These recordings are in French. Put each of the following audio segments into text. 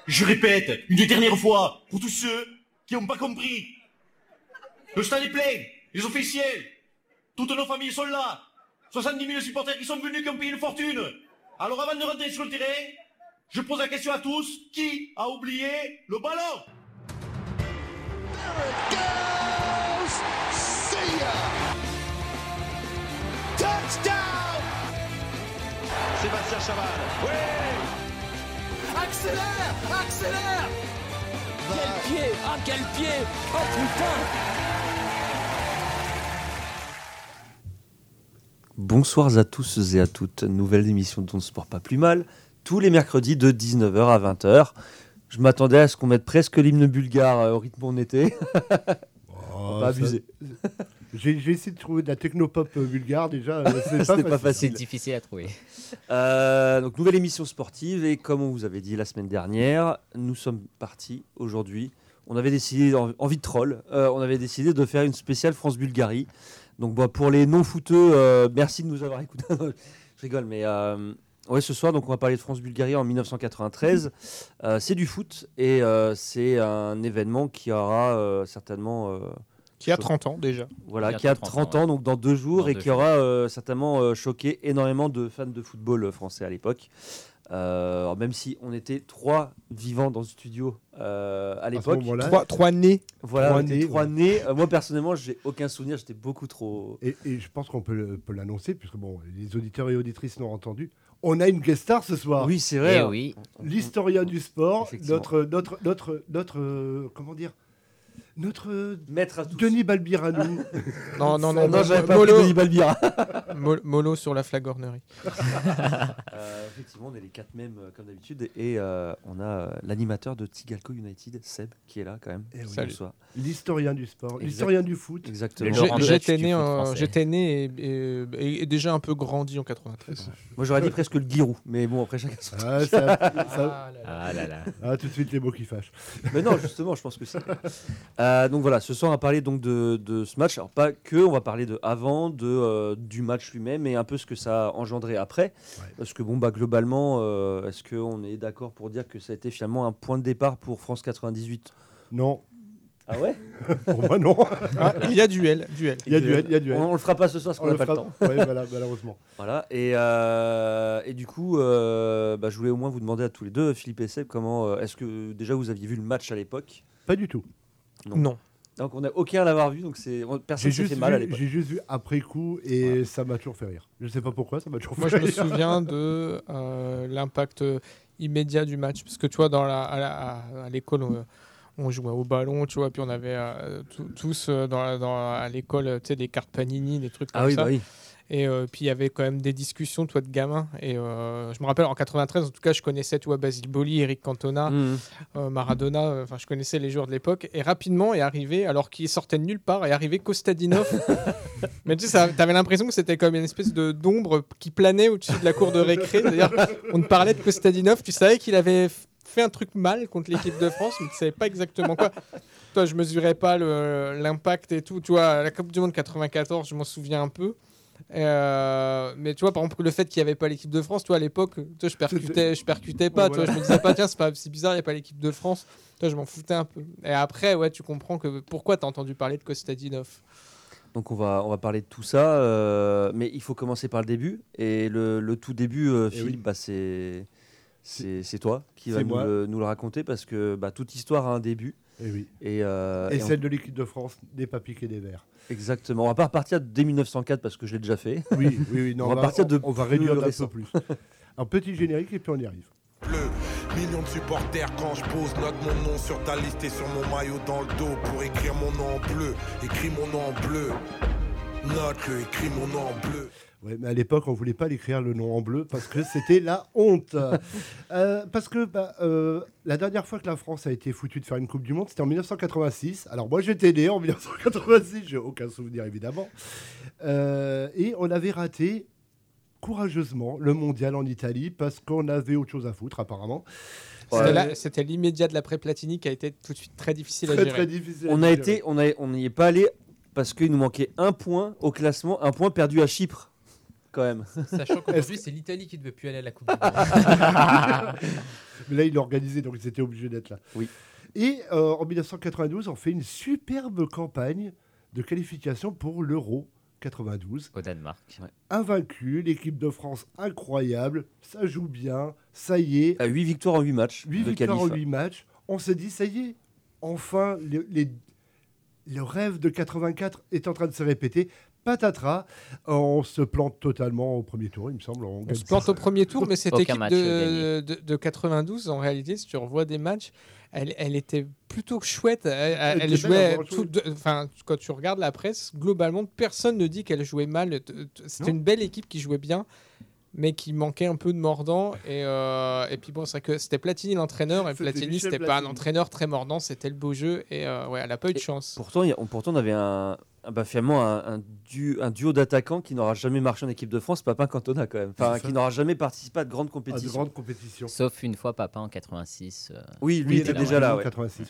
Je répète, une dernière fois, pour tous ceux qui n'ont pas compris. Le stade est plein, les officiels, toutes nos familles sont là. 70 000 supporters qui sont venus, qui ont payé une fortune. Alors avant de rentrer sur le terrain, je pose la question à tous, qui a oublié le ballon? There it goes! See ya! Touchdown! Sébastien Chaval. Oui! Accélère! Accélère! Quel pied! Ah, quel pied! Oh putain! Bonsoir à tous et à toutes, nouvelle émission de Ton Sport Pas Plus Mal, tous les mercredis de 19h à 20h. Je m'attendais à ce qu'on mette presque l'hymne bulgare au rythme où on était. On va pas abuser. J'ai essayé de trouver de la technopop bulgare déjà, C'était pas facile. C'est difficile à trouver. Donc nouvelle émission sportive et comme on vous avait dit la semaine dernière, nous sommes partis aujourd'hui. On avait décidé, envie de troll, on avait décidé de faire une spéciale France-Bulgarie. Donc bon, pour les non-footeux, merci de nous avoir écoutés. Je rigole, mais ouais, ce soir, donc on va parler de France-Bulgarie en 1993. C'est du foot et c'est un événement qui aura certainement... Qui a 30 ans déjà. Voilà, qui a 30 ans, donc dans 2 jours, et qui aura certainement choqué énormément de fans de football français à l'époque. Même si on était 3 vivants dans le studio à l'époque. 3 nés. Voilà, 3 nés. Moi personnellement, j'ai aucun souvenir, j'étais beaucoup trop... Et je pense qu'on peut l'annoncer, puisque bon, les auditeurs et auditrices l'ont entendu. On a une guest star ce soir. Oui, c'est vrai. Oui. L'historien du sport, notre comment dire, notre maître à tous. Denis Balbiranou. Non, j'avais pas pris Denis Balbira. Molo sur la flagornerie. Effectivement, on est les 4 mêmes comme d'habitude et on a l'animateur de Tigalco United, Seb, qui est là quand même. Salut. L'historien du sport, l'historien du foot. Exactement. J'étais né et déjà un peu grandi en 93. Moi j'aurais dit presque le Giroud, mais bon après chacun son... Tout de suite les mots qui fâchent. Mais non, justement, je pense que c'est... donc voilà, ce soir on va parler donc de ce match. Alors pas que, on va parler de avant, du match lui-même et un peu ce que ça a engendré après. Ouais. Parce que bon, globalement, est-ce qu'on est d'accord pour dire que ça a été finalement un point de départ pour France 98 ? Non. Ah ouais? Pour moi non. Il y a duel. Il y a duel. On le fera pas ce soir parce qu'on n'a pas le temps. Ouais, voilà, malheureusement. Voilà. Et du coup, je voulais au moins vous demander à tous les deux, Philippe et Seb, comment est-ce que déjà vous aviez vu le match à l'époque ? Pas du tout. Non. Donc on n'a aucun à l'avoir vu, donc personne s'est fait mal à l'époque. J'ai juste vu après coup et ça m'a toujours fait rire. Je ne sais pas pourquoi, ça m'a toujours fait rire. Moi je me souviens de l'impact immédiat du match, parce que tu vois, à l'école on jouait au ballon, tu vois, puis on avait tous à l'école, tu sais, des cartes Panini, des trucs comme ça. Bah oui. Et puis il y avait quand même des discussions, toi, de gamins. Et je me rappelle en 93, en tout cas, je connaissais, tu vois, Basile Boli, Eric Cantona, Maradona. Enfin, je connaissais les joueurs de l'époque. Et rapidement est arrivé, alors qu'il sortait de nulle part, est arrivé Kostadinov. Mais tu sais, t'avais l'impression que c'était comme une espèce d'ombre qui planait au-dessus de la cour de récré. C'est-à-dire, on te parlait de Kostadinov, tu savais qu'il avait fait un truc mal contre l'équipe de France, mais tu savais pas exactement quoi. Toi, je mesurais pas l'impact et tout. Tu vois, la Coupe du Monde 94, je m'en souviens un peu. Mais tu vois, par exemple, le fait qu'il n'y avait pas l'équipe de France, toi à l'époque, toi, je percutais pas, toi, je me disais pas, tiens, c'est bizarre, il n'y a pas l'équipe de France, toi, je m'en foutais un peu. Et après, ouais, tu comprends pourquoi tu as entendu parler de Kostadinov. Donc on va parler de tout ça, mais il faut commencer par le début. Et le tout début, Philippe, c'est toi qui va nous le raconter, parce que toute histoire a un début. Et oui. Et celle de l'équipe de France n'est pas piquée des verres. Exactement. On va pas repartir dès 1904 parce que je l'ai déjà fait. Oui. Non, on va réduire un peu plus. Un petit générique et puis on y arrive. Bleu, millions de supporters quand je pose, note mon nom sur ta liste et sur mon maillot dans le dos pour écrire mon nom en bleu. Écris mon nom en bleu. Note-le, écris mon nom en bleu. Ouais, mais à l'époque, on ne voulait pas l'écrire le nom en bleu parce que c'était la honte. Parce que la dernière fois que la France a été foutue de faire une Coupe du Monde, c'était en 1986. Alors moi, j'étais né en 1986, j'ai aucun souvenir évidemment. Et on avait raté courageusement le mondial en Italie parce qu'on avait autre chose à foutre apparemment. C'était l'immédiat de l'après-Platini qui a été tout de suite très difficile à gérer. Très difficile on n'y est pas allé parce qu'il nous manquait un point au classement, un point perdu à Chypre. Quand même. Sachant qu'aujourd'hui, c'est l'Italie qui ne veut plus aller à la Coupe du Monde. Mais là, il l'a organisé, donc ils étaient obligés d'être là. Oui. Et en 1992, on fait une superbe campagne de qualification pour l'Euro 92. Au Danemark. Invaincu, l'équipe de France incroyable, ça joue bien, ça y est. 8 victoires en 8 matchs. 8 de victoires en qualif. 8 matchs. On se dit, ça y est, enfin, le rêve de 84 est en train de se répéter. Patatras, on se plante totalement au premier tour, il me semble. On se plante au premier tour, mais cette Aucun équipe match de 92, en réalité, si tu revois des matchs, elle était plutôt chouette. Elle était jouait belle à enfin, quand tu regardes la presse, globalement, personne ne dit qu'elle jouait mal. C'était une belle équipe qui jouait bien, mais qui manquait un peu de mordant. Et puis bon, c'est vrai que c'était Platini l'entraîneur, et C'était Platini, Michel c'était pas un Platini. entraîneur très mordant, c'était le beau jeu. Et ouais, elle n'a pas eu de chance. Pourtant, on avait finalement un duo d'attaquants qui n'aura jamais marché en équipe de France, Papin Cantona quand même. Enfin, qui n'aura jamais participé à de grandes Ah, de compétitions. grandes compétitions. Sauf une fois, Papin en 86. Oui, lui était la déjà là. Ouais. 86,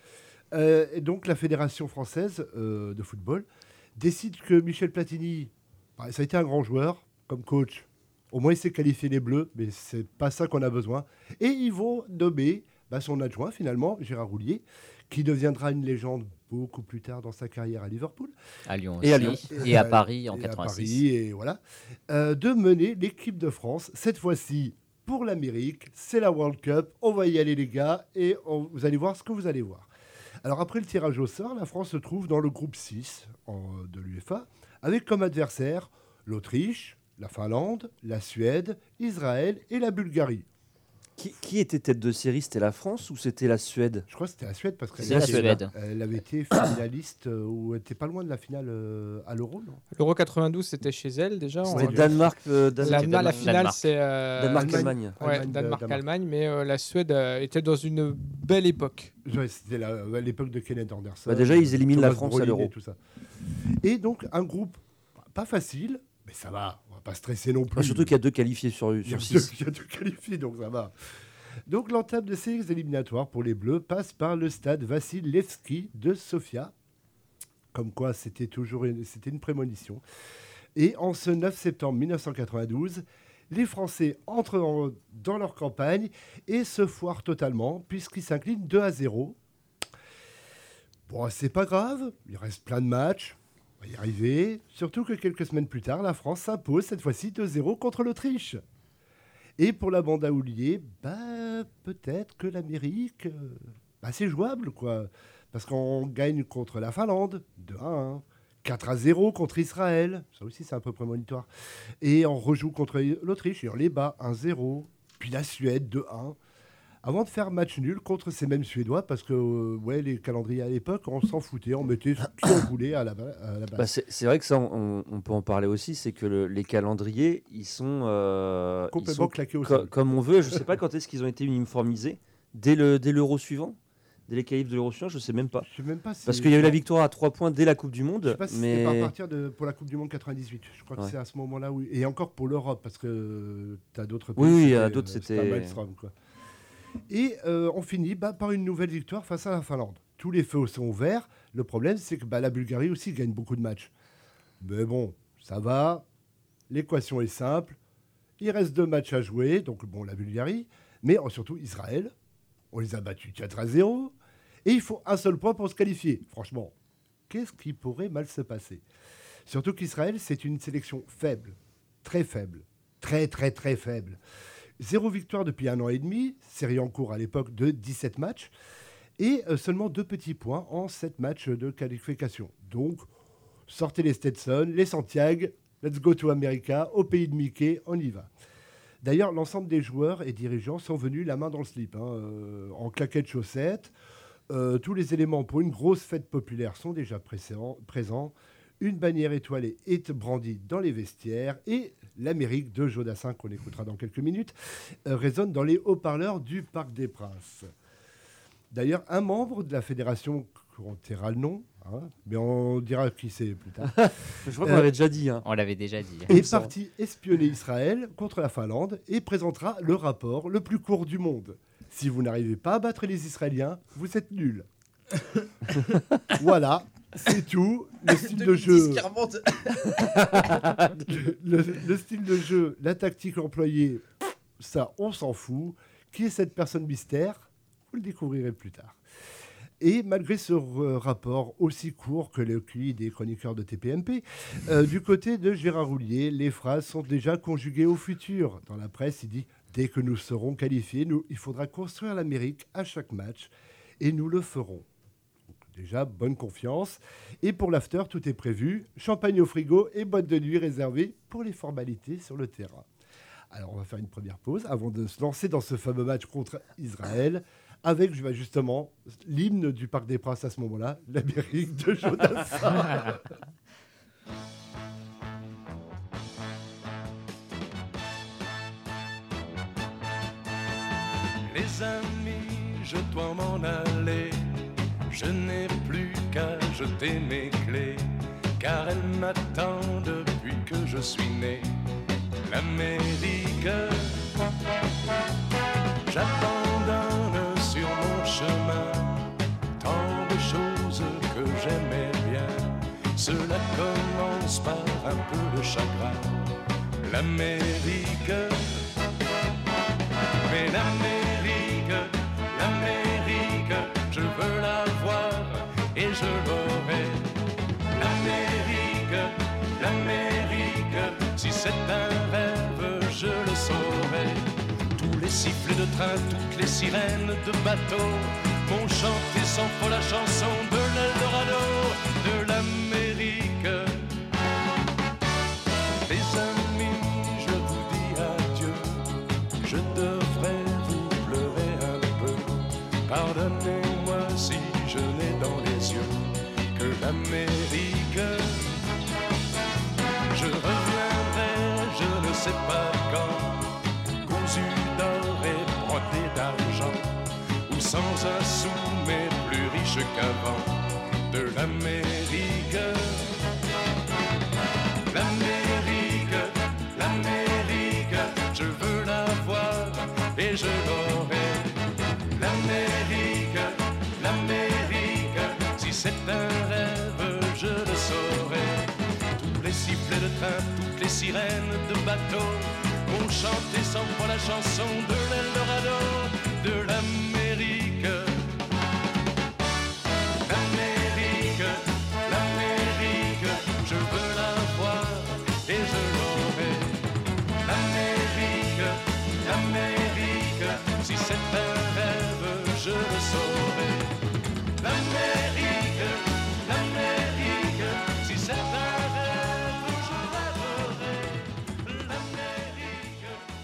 ouais. Et donc, la Fédération française de football décide que Michel Platini, ça a été un grand joueur comme coach. Au moins, il sait qualifier les Bleus, mais c'est pas ça qu'on a besoin. Et ils vont nommer son adjoint, finalement, Gérard Houllier, qui deviendra une légende beaucoup plus tard dans sa carrière à Liverpool. À Lyon Et à aussi. Lyon. Et à Paris en Et 86. à Paris, et voilà. De mener l'équipe de France, cette fois-ci pour l'Amérique. C'est la World Cup. On va y aller, les gars, et vous allez voir ce que vous allez voir. Alors, après le tirage au sort, la France se trouve dans le groupe 6 de l'UEFA, avec comme adversaires l'Autriche, la Finlande, la Suède, Israël et la Bulgarie. Qui était tête de série? C'était la France ou c'était la Suède? Je crois que c'était la Suède parce C'est la Suède. elle avait été finaliste ou elle était pas loin de la finale à l'Euro, non? L'Euro 92, c'était chez elle déjà. C'était Ouais. Danemark. La Danemark. finale, c'est Danemark-Allemagne. ouais, Danemark-Allemagne, mais la Suède était dans une belle époque. Ouais, c'était à l'époque de Kenneth Anderson. Déjà, ils éliminent la Thomas France à Brolin l'Euro. et tout ça. Et donc, un groupe pas facile, mais ça va, on va pas stresser non plus. Surtout qu'il y a 2 qualifiés sur Il y a 6. il y a deux qualifiés, donc ça va. Donc l'entame de ces éliminatoires pour les Bleus passe par le stade Vassil Levski de Sofia. Comme quoi, c'était une prémonition. Et en ce 9 septembre 1992, les Français entrent dans leur campagne et se foirent totalement puisqu'ils s'inclinent 2-0. Bon, c'est pas grave, il reste plein de matchs. On va y arriver. Surtout que quelques semaines plus tard, la France s'impose cette fois-ci 2-0 contre l'Autriche. Et pour la bande à Houllier, peut-être que l'Amérique, c'est jouable, quoi. Parce qu'on gagne contre la Finlande, 2-1, 4-0 contre Israël, ça aussi c'est un peu prémonitoire. Et on rejoue contre l'Autriche, et on les bat 1-0, puis la Suède 2-1. Avant de faire match nul contre ces mêmes Suédois, parce que les calendriers à l'époque, on s'en foutait, on mettait ce qui on voulait à la base. C'est vrai que ça, on peut en parler aussi, c'est que les calendriers, ils sont Complètement claqués au sol. comme on veut. Je ne sais pas quand est-ce qu'ils ont été uniformisés. Dès l'Euro suivant, dès les qualifs de l'Euro suivant, je ne sais même pas. Je sais même pas si Parce qu'il y a eu la victoire à 3 points dès la Coupe du Monde. Je sais pas si mais... c'était à partir pour la Coupe du Monde 98. Je crois que c'est à ce moment-là où... Et encore pour l'Europe, parce que tu as d'autres pays. Oui, à d'autres, c'était... Maelstrom, quoi. Et on finit par une nouvelle victoire face à la Finlande. Tous les feux sont ouverts. Le problème, c'est que la Bulgarie aussi gagne beaucoup de matchs. Mais bon, ça va. L'équation est simple. Il reste 2 matchs à jouer. Donc, la Bulgarie. Mais surtout, Israël. On les a battus 4-0. Et il faut un seul point pour se qualifier. Franchement, qu'est-ce qui pourrait mal se passer? Surtout qu'Israël, c'est une sélection faible. Très faible. Très, très, très faible. 0 victoire depuis 1 an et demi, série en cours à l'époque de 17 matchs, et seulement 2 petits points en 7 matchs de qualification. Donc, sortez les Stetson, les Santiago, let's go to America, au pays de Mickey, on y va. D'ailleurs, l'ensemble des joueurs et dirigeants sont venus la main dans le slip, en claquettes chaussettes. Tous les éléments pour une grosse fête populaire sont déjà présents. Une bannière étoilée est brandie dans les vestiaires et l'Amérique de Jodassin, qu'on écoutera dans quelques minutes, résonne dans les haut-parleurs du Parc des Princes. D'ailleurs, un membre de la fédération, on taira le nom, mais on dira qui c'est plus tard, Je crois qu'on l'avait déjà dit. On l'avait déjà dit. est parti espionner Israël contre la Finlande et présentera le rapport le plus court du monde. Si vous n'arrivez pas à battre les Israéliens, vous êtes nuls. Voilà. C'est tout. Le style de jeu. Le style de jeu, la tactique employée, ça, on s'en fout. Qui est cette personne mystère ? Vous le découvrirez plus tard. Et malgré ce rapport aussi court que le QI des chroniqueurs de TPMP, du côté de Gérard Houllier, les phrases sont déjà conjuguées au futur. Dans la presse, il dit « Dès que nous serons qualifiés, il faudra construire l'Amérique à chaque match et nous le ferons ». Déjà, bonne confiance. Et pour l'after, tout est prévu. Champagne au frigo et boîte de nuit réservée pour les formalités sur le terrain. Alors, on va faire une première pause avant de se lancer dans ce fameux match contre Israël avec justement l'hymne du Parc des Princes à ce moment-là, l'Amérique de Jodassin. Les amis, je dois m'en aller. Je n'ai plus qu'à jeter mes clés, car elle m'attend depuis que je suis né. L'Amérique, j'abandonne sur mon chemin tant de choses que j'aimais bien. Cela commence par un peu de chagrin. L'Amérique, mais l'Amérique, je veux la voir et je l'aurai. L'Amérique, si c'est un rêve, je le saurai. Tous les sifflets de train, toutes les sirènes de bateau m'ont chanté sans faux la chanson de l'Eldorado, de l'Amérique. Les amis, je vous dis adieu, je devrais vous pleurer un peu. Pardonnez-moi si je n'ai dans les yeux que l'Amérique. Je reviendrai, je ne sais pas quand, cousu d'or et brodé d'argent, ou sans un sou mais plus riche qu'avant, de l'Amérique. L'Amérique, je veux la voir et je l'aurai. L'Amérique, si c'est un rêve, je le saurai. Tous les sifflets de train, toutes les sirènes de bateau ont chanté sans foi la chanson de l'Eldorado, de l'Amérique. L'Amérique, je veux la voir et je l'aurai. L'Amérique, si c'est un rêve, je le saurai. L'Amérique, si c'est un rêve, je rêverai. L'Amérique,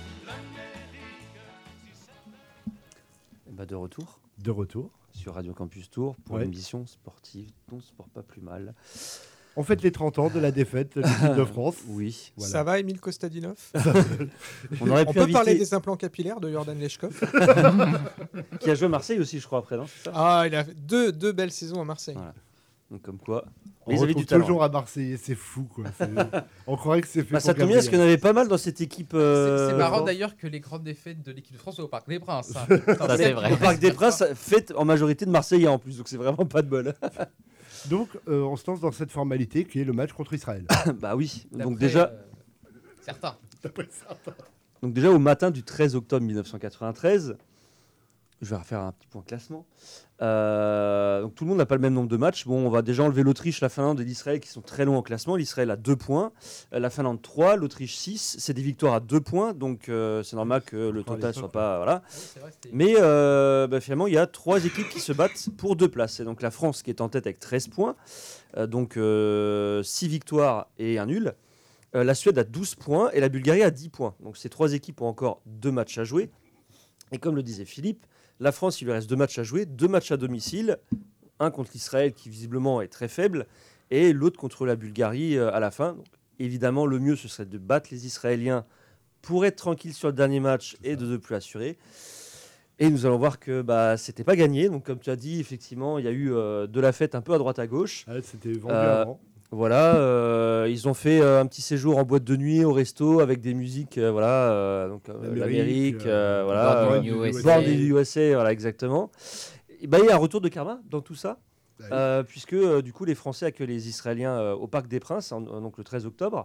si c'est... De retour. De retour. Sur Radio Campus Tour pour l'émission sportive dont sport pas plus mal. On fête les 30 ans de la défaite de l'équipe de France. Oui. Voilà. Ça va, Émile Kostadinov? On peut parler des implants capillaires de Jordan Lechkov. Qui a joué à Marseille aussi, je crois, après, non? C'est ça? Ah, il a fait deux belles saisons à Marseille. Voilà. Donc, comme quoi, on retrouve toujours à Marseille, c'est fou, quoi. On croirait que c'est fait. Ça tombe bien parce qu'il y en avait pas mal dans cette équipe. C'est marrant d'ailleurs que les grandes défaites de l'équipe de France soient au Parc des Princes. Ça, c'est vrai. Le Parc des Princes fait en majorité de Marseillais en plus, donc c'est vraiment pas de bol. Donc, on se lance dans cette formalité qui est le match contre Israël. Bah oui. D'après, donc déjà. Certains. Donc déjà au matin du 13 octobre 1993. Je vais refaire un petit point classement. Donc tout le monde n'a pas le même nombre de matchs. Bon, on va déjà enlever l'Autriche, la Finlande et l'Israël qui sont très loin en classement. L'Israël a 2 points, la Finlande 3, l'Autriche 6. C'est des victoires à 2 points, donc c'est normal que le total soit pas... Voilà. C'est vrai, mais finalement, il y a 3 équipes qui se battent pour 2 places. Et donc la France qui est en tête avec 13 points, donc 6 victoires et un nul. La Suède a 12 points et la Bulgarie a 10 points. Donc ces 3 équipes ont encore 2 matchs à jouer. Et comme le disait Philippe, la France, il lui reste 2 matchs à jouer, 2 matchs à domicile, un contre l'Israël qui visiblement est très faible, et l'autre contre la Bulgarie à la fin. Donc, évidemment, le mieux, ce serait de battre les Israéliens pour être tranquille sur le dernier match et de ne plus assurer. Et nous allons voir que c'était pas gagné. Donc, comme tu as dit, effectivement, il y a eu de la fête un peu à droite à gauche. Ouais, c'était vendu avant. Voilà, ils ont fait un petit séjour en boîte de nuit au resto avec des musiques, donc l'Amérique, voilà, Born in Born in USA, voilà exactement. Et il y a un retour de karma dans tout ça, puisque du coup les Français accueillent les Israéliens au Parc des Princes, donc le 13 octobre,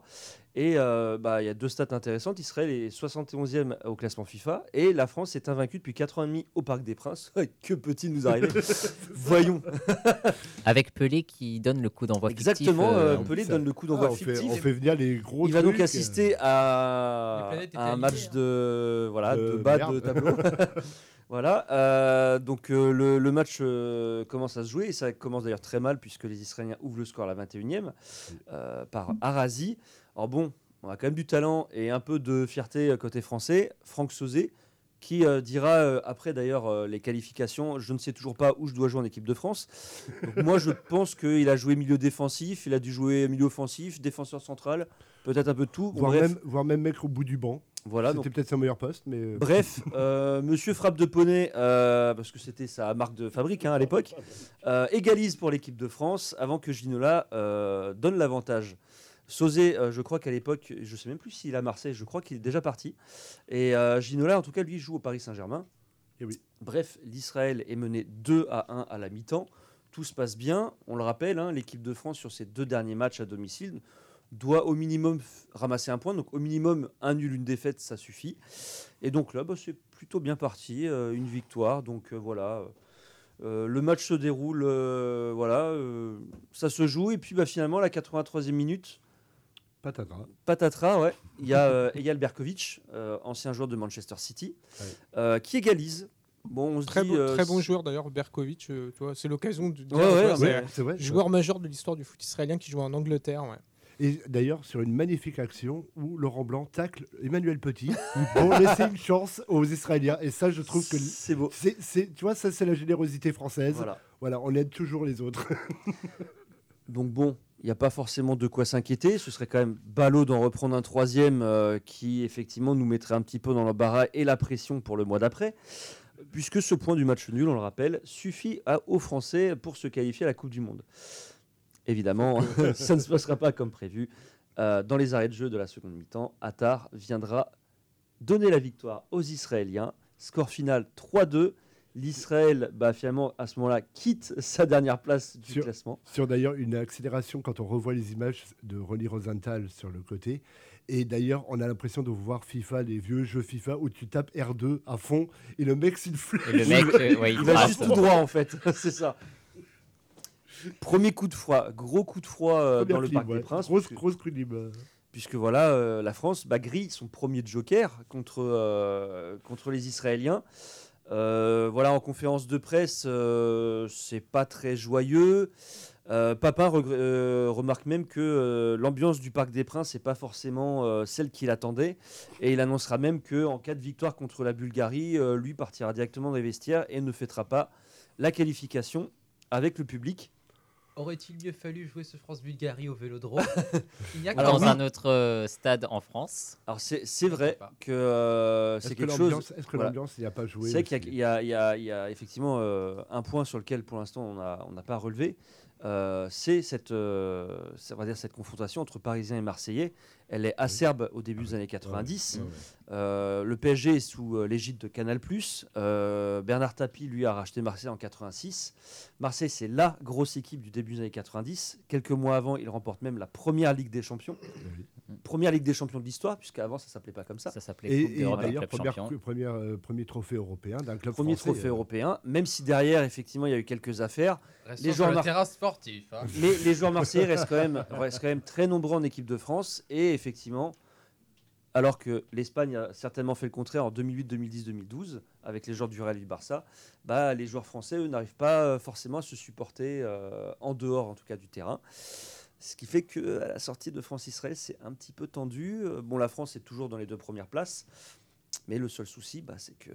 Et il y a 2 stats intéressantes. Israël est 71e au classement FIFA et la France est invaincue depuis 4 ans et demi au Parc des Princes. Que peut-il nous arriver? Voyons. Avec Pelé qui donne le coup d'envoi fictif. Exactement, Pelé donne le coup d'envoi fictif. On fait venir les gros Il va donc assister à un match de bas de tableau. Voilà, donc le match commence à se jouer et ça commence d'ailleurs très mal puisque les Israéliens ouvrent le score à la 21e par Arazi. Alors bon, on a quand même du talent et un peu de fierté côté français. Franck Sauzet qui dira après d'ailleurs les qualifications, je ne sais toujours pas où je dois jouer en équipe de France. Donc, moi je pense qu'il a joué milieu défensif, il a dû jouer milieu offensif, défenseur central, peut-être un peu de tout. Voire même mettre au bout du banc. Voilà, c'était peut-être son meilleur poste. Mais... Bref, Monsieur Frappe de Poney, parce que c'était sa marque de fabrique à l'époque, égalise pour l'équipe de France avant que Ginola donne l'avantage. Sauzet, je crois qu'à l'époque, je ne sais même plus s'il est à Marseille, je crois qu'il est déjà parti. Et Ginola, en tout cas, lui, joue au Paris Saint-Germain. Et oui. Bref, l'Israël est mené 2-1 à la mi-temps. Tout se passe bien. On le rappelle, l'équipe de France, sur ses 2 derniers matchs à domicile, doit au minimum ramasser un point. Donc au minimum, un nul, une défaite, ça suffit. Et donc là, c'est plutôt bien parti. Une victoire. Donc voilà. Le match se déroule. Ça se joue. Et puis finalement, à la 83e minute... Patatras, ouais. Il y a Eyal Berkovic, ancien joueur de Manchester City, qui égalise. Bon, on se très dit, très bon joueur d'ailleurs, Berkovic. Tu vois, c'est l'occasion de dire c'est vrai, joueur majeur de l'histoire du foot israélien qui joue en Angleterre. Ouais. Et d'ailleurs, sur une magnifique action où Laurent Blanc tacle Emmanuel Petit pour laisser une chance aux Israéliens. Et ça, je trouve que c'est beau. Tu vois, ça, c'est la générosité française. Voilà, on aide toujours les autres. Donc bon, il n'y a pas forcément de quoi s'inquiéter. Ce serait quand même ballot d'en reprendre un 3e qui, effectivement, nous mettrait un petit peu dans l'embarras et la pression pour le mois d'après. Puisque ce point du match nul, on le rappelle, suffit aux Français pour se qualifier à la Coupe du Monde. Évidemment, ça ne se passera pas comme prévu. Dans les arrêts de jeu de la seconde mi-temps, Attar viendra donner la victoire aux Israéliens. Score final 3-2. L'Israël, finalement, à ce moment-là, quitte sa dernière place du classement. Sur d'ailleurs une accélération quand on revoit les images de Ronnie Rosenthal sur le côté. Et d'ailleurs, on a l'impression de voir FIFA, les vieux jeux FIFA, où tu tapes R2 à fond et le mec s'influe. Et le mec, il va juste tout droit, en fait. C'est ça. Premier coup de froid, gros coup de froid dans le Parc des Princes. Grosse clim. Puisque voilà, la France grille son premier joker contre les Israéliens. En conférence de presse, c'est pas très joyeux. Papin remarque même que l'ambiance du Parc des Princes n'est pas forcément celle qu'il attendait. Et il annoncera même qu'en cas de victoire contre la Bulgarie, lui partira directement dans les vestiaires et ne fêtera pas la qualification avec le public. Aurait-il mieux fallu jouer ce France-Bulgarie au Vélodrome? Dans un autre stade en France. Alors c'est vrai que c'est quelque chose. Est-ce que l'ambiance n'y a pas joué? C'est vrai qu'il y a effectivement un point sur lequel pour l'instant on n'a pas relevé. C'est cette confrontation entre Parisiens et Marseillais. Elle est acerbe au début des années 90. Le PSG est sous l'égide de Canal+. Bernard Tapie, lui, a racheté Marseille en 86. Marseille, c'est la grosse équipe du début des années 90. Quelques mois avant, il remporte même la première Ligue des Champions. Première Ligue des Champions de l'histoire, puisqu'avant, ça ne s'appelait pas comme ça. Ça s'appelait Coupe d'Europe d'ailleurs, Club Champion. premier trophée européen d'un club Premier français. trophée européen, même si derrière, effectivement, il y a eu quelques affaires. Les joueurs sur le terrain sportif. Mais les joueurs marseillais restent quand même très nombreux en équipe de France. Et effectivement, alors que l'Espagne a certainement fait le contraire en 2008, 2010, 2012, avec les joueurs du Real et du Barça, les joueurs français, eux, n'arrivent pas forcément à se supporter en dehors, en tout cas, du terrain. Ce qui fait qu'à la sortie de France-Israël, c'est un petit peu tendu. La France est toujours dans les 2 premières places. Mais le seul souci, c'est que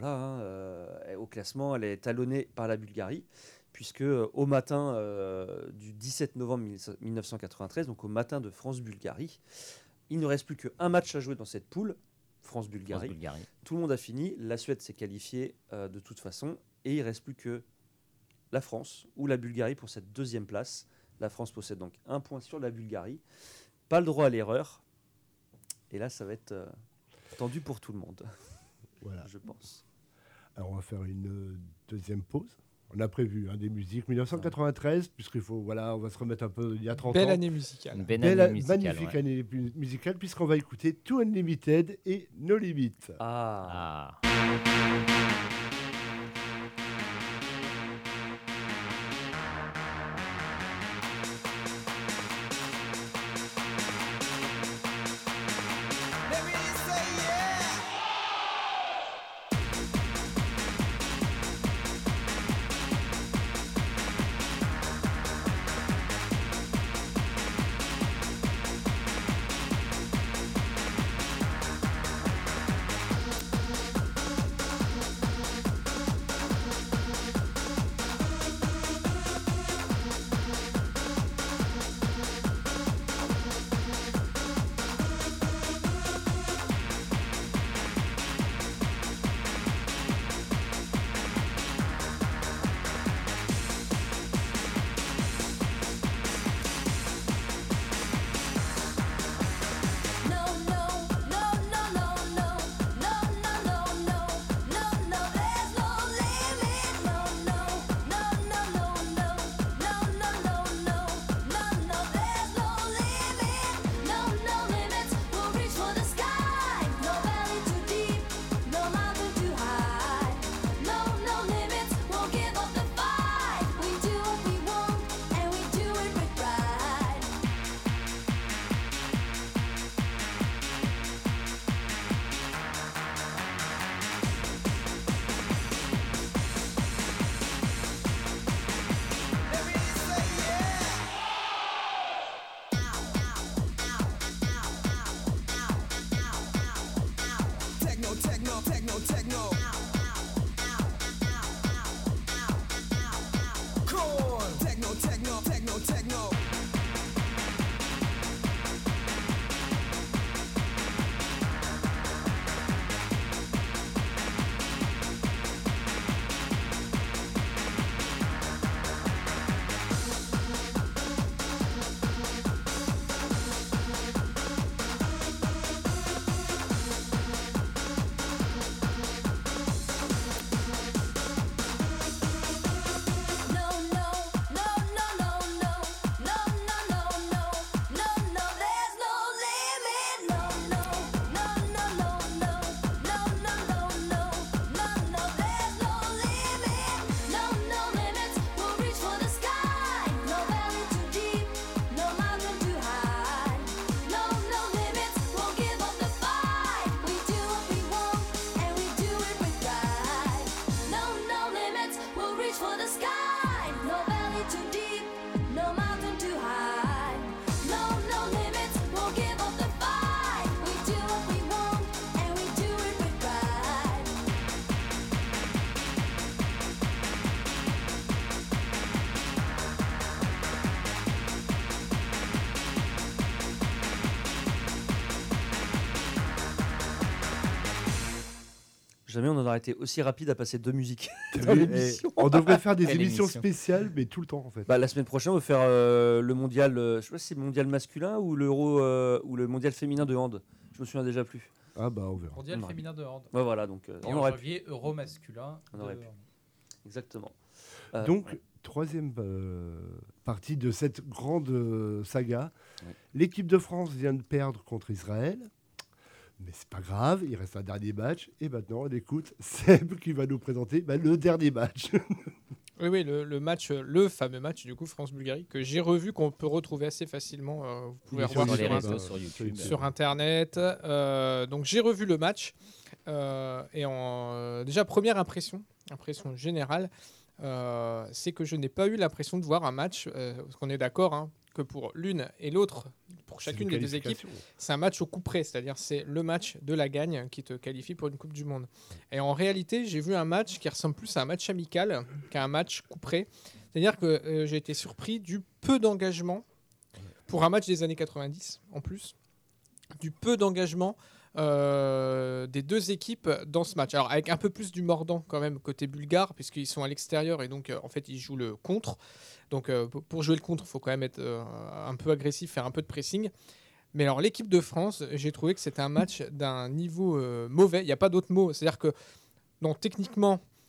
au classement, elle est talonnée par la Bulgarie, puisque au matin du 17 novembre 1993, donc au matin de France-Bulgarie, il ne reste plus qu'un match à jouer dans cette poule, France-Bulgarie. Tout le monde a fini, la Suède s'est qualifiée de toute façon, et il ne reste plus que la France ou la Bulgarie pour cette 2e place. La France possède donc un point sur la Bulgarie, pas le droit à l'erreur, et là ça va être tendu pour tout le monde, voilà. je pense. Alors on va faire une deuxième pause. On a prévu des musiques 1993, puisqu'il faut, on va se remettre un peu il y a 30 Belle ans. année musicale. Une belle année musicale, Magnifique ouais. année musicale, puisqu'on va écouter Too Unlimited et No Limit. Ah. Jamais on en aurait été aussi rapide à passer 2 musiques T'as dans vu, l'émission. on devrait faire des Quelle émissions émission. spéciales, mais tout le temps en fait. Bah, la semaine prochaine, on va faire le mondial, je sais pas si c'est le mondial masculin ou l'euro ou le mondial féminin de hand. Je me souviens déjà plus. Ah bah on verra. Mondial On aurait féminin de hand. Ouais, voilà, donc Et on en aurait pu. janvier, euro masculin. On aurait de pu. hand. Exactement. Donc, Ouais. troisième partie de cette grande saga. Ouais. L'équipe de France vient de perdre contre Israël. Mais c'est pas grave, il reste un dernier match. Et maintenant, on écoute Seb qui va nous présenter le dernier match. Oui, le match, le fameux match du coup France-Bulgarie que j'ai revu, qu'on peut retrouver assez facilement. Vous pouvez Sur revoir les sur, réseaux, sur YouTube. sur Internet. Donc j'ai revu le match et déjà première impression générale, c'est que je n'ai pas eu l'impression de voir un match. Parce qu'on est d'accord hein, que pour l'une et l'autre, pour chacune des deux équipes, c'est un match au coup près, c'est-à-dire c'est le match de la gagne qui te qualifie pour une Coupe du Monde. Et en réalité, j'ai vu un match qui ressemble plus à un match amical qu'à un match coup près. C'est-à-dire que j'ai été surpris du peu d'engagement pour un match des années 90 en plus, du peu d'engagement des deux équipes dans ce match. Alors avec un peu plus du mordant quand même côté bulgare, puisqu'ils sont à l'extérieur et donc en fait ils jouent le contre. Donc pour jouer le contre, il faut quand même être un peu agressif, faire un peu de pressing. Mais alors l'équipe de France, j'ai trouvé que c'était un match d'un niveau mauvais. Il n'y a pas d'autre mot. C'est-à-dire que non, techniquement,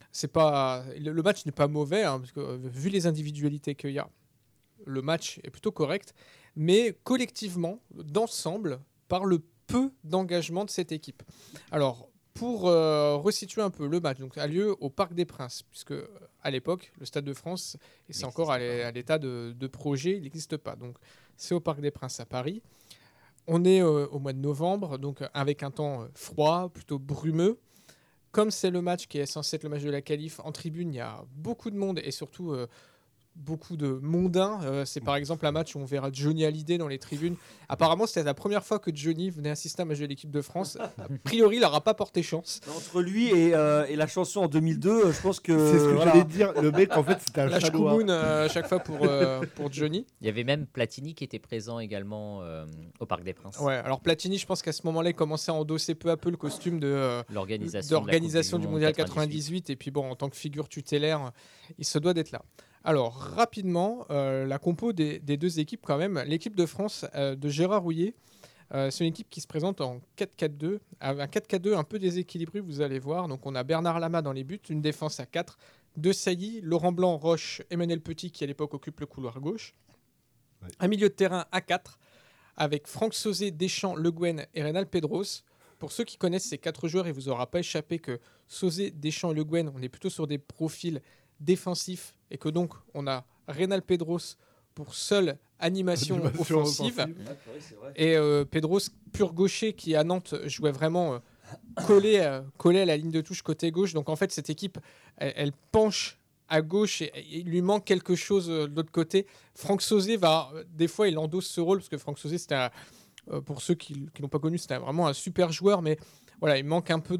le match n'est pas mauvais, hein, parce que vu les individualités qu'il y a, le match est plutôt correct, mais collectivement, d'ensemble, par le peu d'engagement de cette équipe. Alors, pour resituer un peu, le match donc, a lieu au Parc des Princes, puisque à l'époque, le Stade de France, et c'est encore à l'état de projet, il n'existe pas. Donc, c'est au Parc des Princes à Paris. On est au mois de novembre, donc avec un temps froid, plutôt brumeux. Comme c'est le match qui est censé être le match de la qualif, en tribune, il y a beaucoup de monde et surtout beaucoup de mondains. C'est par exemple un match où on verra Johnny Hallyday dans les tribunes. Apparemment, c'était la première fois que Johnny venait assister à un match de l'équipe de France. A priori, il n'aura pas porté chance. Entre lui et la chanson en 2002, je pense que... C'est ce que j'allais dire. Le mec, en fait, c'était un la chat noir. Shkumun à chaque fois pour Johnny. Il y avait même Platini qui était présent également au Parc des Princes. Ouais, alors Platini, je pense qu'à ce moment-là, il commençait à endosser peu à peu le costume de l'organisation du Mondial 98. Et puis bon, en tant que figure tutélaire, il se doit d'être là. Alors, rapidement, la compo des deux équipes quand même. L'équipe de France de Gérard Houllier, c'est une équipe qui se présente en 4-4-2. Un 4-4-2 un peu déséquilibré, vous allez voir. Donc, on a Bernard Lama dans les buts, une défense à 4, De Sailly, Laurent Blanc, Roche, Emmanuel Petit, qui à l'époque occupe le couloir gauche. Ouais. Un milieu de terrain à 4, avec Franck Sauzé, Deschamps, Le Guen et Reynal Pedros. Pour ceux qui connaissent ces 4 joueurs, il ne vous aura pas échappé que Sauzé, Deschamps et Le Guen, on est plutôt sur des profils défensif et que donc on a Reynal Pedros pour seule animation offensive. Et Pedros, pur gaucher, qui à Nantes jouait vraiment collé à la ligne de touche côté gauche. Donc en fait cette équipe elle penche à gauche et il lui manque quelque chose de l'autre côté. Franck Sauzé des fois il endosse ce rôle parce que Franck Sauzé c'était pour ceux qui l'ont pas connu, c'était vraiment un super joueur, mais voilà, il manque un peu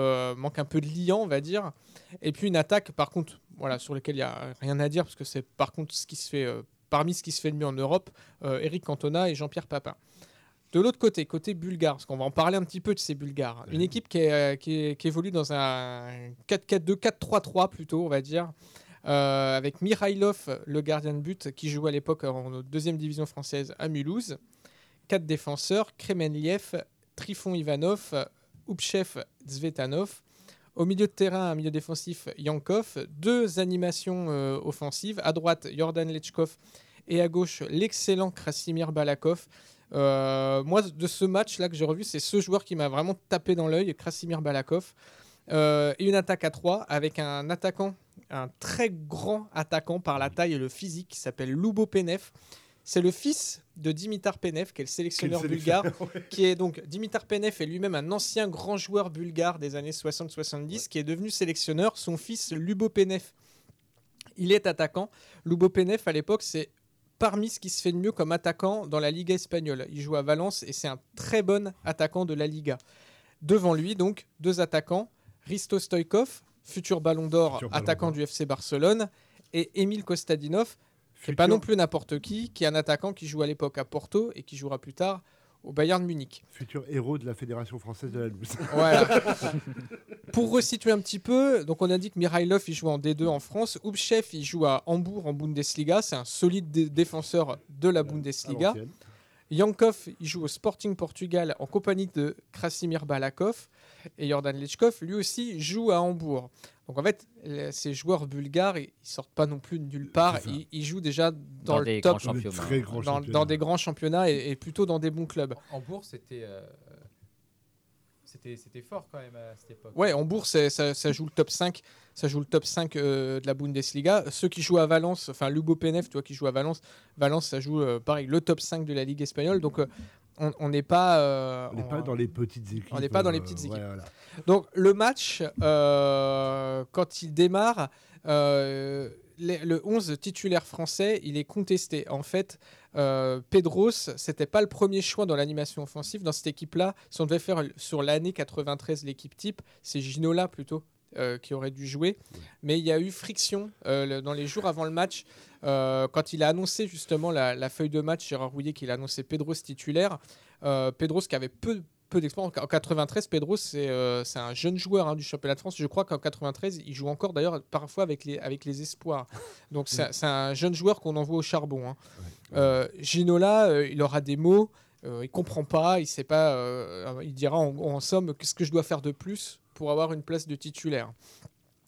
de liant, on va dire. Et puis une attaque, par contre, voilà, sur laquelle il n'y a rien à dire, parce que c'est par contre ce qui se fait, parmi ce qui se fait le mieux en Europe, Eric Cantona et Jean-Pierre Papin. De l'autre côté bulgare, parce qu'on va en parler un petit peu de ces Bulgares, une équipe qui évolue dans un 4-4-2, 4-3-3 plutôt, on va dire, avec Mikhailov, le gardien de but, qui joue à l'époque en deuxième division française à Mulhouse. 4 défenseurs, Kremenliev, Trifon Ivanov, Oupchev, Zvetanov. Au milieu de terrain, un milieu défensif, Yankov. 2 animations offensives. À droite, Jordan Lechkov. Et à gauche, l'excellent Krasimir Balakov. Moi, de ce match-là que j'ai revu, c'est ce joueur qui m'a vraiment tapé dans l'œil, Krasimir Balakov. Et une attaque à 3 avec un attaquant, un très grand attaquant par la taille et le physique, qui s'appelle Lubo Penev. C'est le fils de Dimitar Penev, qui est le sélectionneur bulgare, qui est donc Dimitar Penev est lui-même un ancien grand joueur bulgare des années 60-70, qui est devenu sélectionneur. Son fils Lubo Penev, il est attaquant. Lubo Penev, à l'époque, c'est parmi ce qui se fait de mieux comme attaquant dans la Liga espagnole. Il joue à Valence et c'est un très bon attaquant de la Liga. Devant lui, donc, 2 attaquants, Risto Stoïkov, futur Ballon d'Or, attaquant du FC Barcelone, et Emil Kostadinov, qui n'est pas non plus n'importe qui est un attaquant qui joue à l'époque à Porto et qui jouera plus tard au Bayern Munich. Futur héros de la Fédération française de la loose. Voilà. Pour resituer un petit peu, donc on a dit que Mikhailov il joue en D2 en France, Oupchev il joue à Hambourg en Bundesliga, c'est un solide défenseur de la Bundesliga. Yankov il joue au Sporting Portugal en compagnie de Krasimir Balakov, et Jordan Lechkov lui aussi joue à Hambourg. Donc en fait, ces joueurs bulgares, ils sortent pas non plus de nulle part. Ils jouent déjà dans le top, dans des grands championnats et plutôt dans des bons clubs. Hambourg, c'était fort quand même à cette époque. Ouais, Hambourg, ça joue le top 5. Ça joue le top 5 de la Bundesliga. Ceux qui jouent à Valence, enfin Lubo Penev, toi qui joues à Valence, ça joue pareil le top 5 de la Ligue espagnole. Donc on n'est pas dans les petites équipes. On n'est pas dans les petites équipes. Ouais, voilà. Donc le match, quand il démarre, le 11 titulaire français, il est contesté. En fait, Pedros, c'était pas le premier choix dans l'animation offensive. Dans cette équipe-là, si on devait faire sur l'année 93 l'équipe type, c'est Ginola plutôt qui aurait dû jouer. Mais il y a eu friction dans les jours avant le match. Quand il a annoncé justement la feuille de match, Gérard Houllier, qu'il a annoncé Pedros titulaire. Pedros qui avait peu d'expérience. En 93, Pedros, c'est un jeune joueur du championnat de France. Je crois qu'en 93, il joue encore d'ailleurs parfois avec les espoirs. Donc c'est un jeune joueur qu'on envoie au charbon. Ginola, il aura des mots, il comprend pas, il sait pas. Il dira en somme qu'est-ce que je dois faire de plus pour avoir une place de titulaire.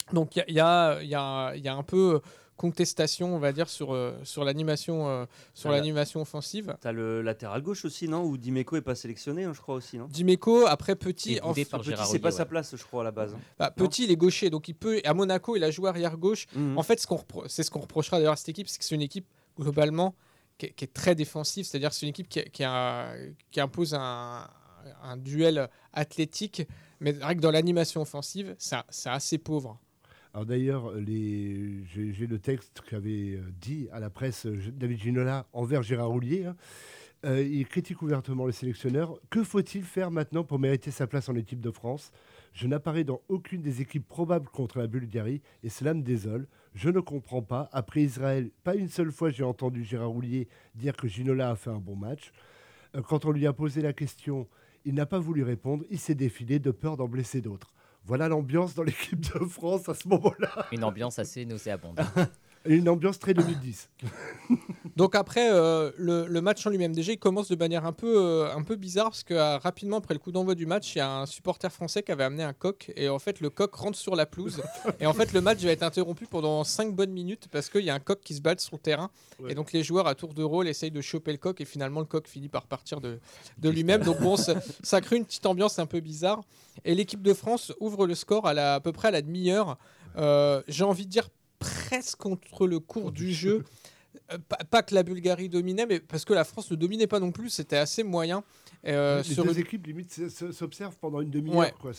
Donc il y a un peu contestation, on va dire, sur l'animation l'animation offensive. T'as le latéral gauche aussi, non? Où Dimeco est pas sélectionné, je crois aussi, non? Dimeco, après Petit, Petit, c'est pas sa place, je crois, à la base. Petit, il est gaucher, donc il peut. À Monaco, il a joué arrière gauche. En fait, c'est ce qu'on reprochera d'ailleurs à cette équipe, c'est que c'est une équipe globalement qui est très défensive, c'est-à-dire que c'est une équipe qui impose un duel athlétique, mais vrai que dans l'animation offensive, c'est assez pauvre. Alors d'ailleurs, j'ai le texte qu'avait dit à la presse David Ginola envers Gérard Houllier. Il critique ouvertement le sélectionneur. Que faut-il faire maintenant pour mériter sa place en équipe de France? Je n'apparais dans aucune des équipes probables contre la Bulgarie et cela me désole. Je ne comprends pas. Après Israël, pas une seule fois j'ai entendu Gérard Houllier dire que Ginola a fait un bon match. Quand on lui a posé la question, il n'a pas voulu répondre. Il s'est défilé de peur d'en blesser d'autres. Voilà l'ambiance dans l'équipe de France à ce moment-là. Une ambiance assez nauséabonde. Une ambiance très 2010. Donc après, le match en lui-même, déjà, il commence de manière un peu bizarre parce que rapidement, après le coup d'envoi du match, il y a un supporter français qui avait amené un coq et en fait, le coq rentre sur la pelouse et en fait, le match va être interrompu pendant 5 bonnes minutes parce qu'il y a un coq qui se balade sur le terrain et donc les joueurs à tour de rôle essayent de choper le coq et finalement, le coq finit par partir de lui-même. Donc bon, ça crée une petite ambiance un peu bizarre et l'équipe de France ouvre le score à peu près à la demi-heure. J'ai envie de dire presque contre le cours du jeu. Pas que la Bulgarie dominait, mais parce que la France ne dominait pas non plus, c'était assez moyen. Les deux équipes limite s'observent pendant une demi-heure. Ouais. Quoi.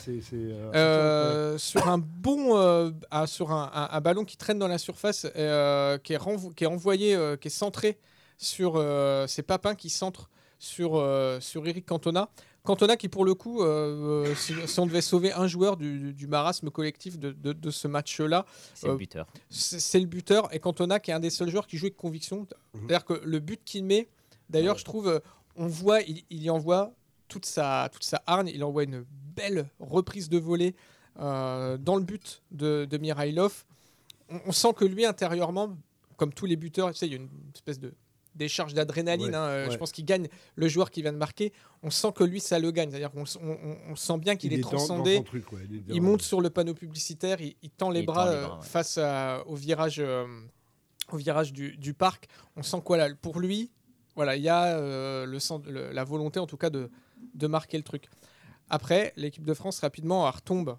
Sur un bon, sur un ballon qui traîne dans la surface, qui est envoyé, qui est centré sur c'est Papin qui centre sur Eric Cantona. Cantona qui pour le coup, si on devait sauver un joueur du marasme collectif de ce match-là, c'est le buteur. C'est le buteur et Cantona qui est un des seuls joueurs qui joue avec conviction. C'est-à-dire que le but qu'il met, d'ailleurs je trouve, on voit, il y envoie toute sa hargne, il envoie une belle reprise de volée dans le but de Mirailov. On sent que lui intérieurement, comme tous les buteurs, tu sais, il y a une espèce de décharge d'adrénaline. Je pense qu'il gagne le joueur qui vient de marquer. On sent que lui, ça le gagne. C'est-à-dire qu'on sent bien qu'il est transcendé. Dans son truc, il monte sur le panneau publicitaire, il tend les bras face au virage du parc. On sent quoi là, pour lui, voilà, il y a la volonté en tout cas de marquer le truc. Après, l'équipe de France rapidement retombe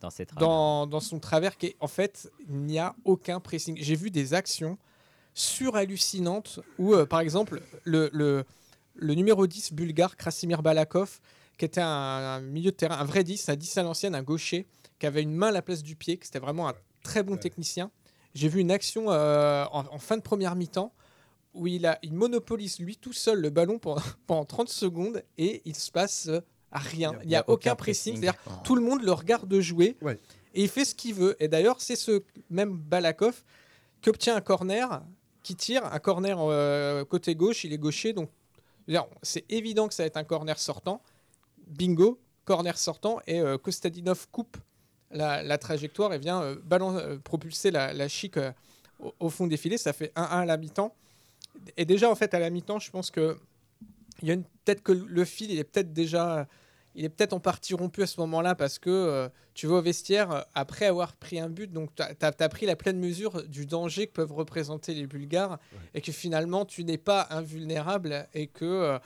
dans son travers qui est en fait, il n'y a aucun pressing. J'ai vu des actions surhallucinante où, par exemple, le numéro 10 bulgare, Krasimir Balakov, qui était un milieu de terrain, un vrai 10, un 10 à l'ancienne, un gaucher, qui avait une main à la place du pied, qui était vraiment un très bon technicien. J'ai vu une action en fin de première mi-temps où il monopolise lui tout seul le ballon pendant 30 secondes et il se passe rien. Il n'y a aucun pressing. C'est-à-dire tout le monde le regarde jouer et il fait ce qu'il veut. Et d'ailleurs, c'est ce même Balakov qui obtient un corner, qui tire un corner côté gauche, il est gaucher, donc c'est évident que ça va être un corner sortant. Bingo, corner sortant, et Kostadinov coupe la trajectoire et vient propulser la chic au fond des filets. Ça fait 1-1 à la mi-temps. Et déjà, en fait, à la mi-temps, je pense que peut-être que le fil, il est peut-être en partie rompu à ce moment-là parce que tu vas au vestiaire après avoir pris un but, donc tu as pris la pleine mesure du danger que peuvent représenter les Bulgares et que finalement tu n'es pas invulnérable et que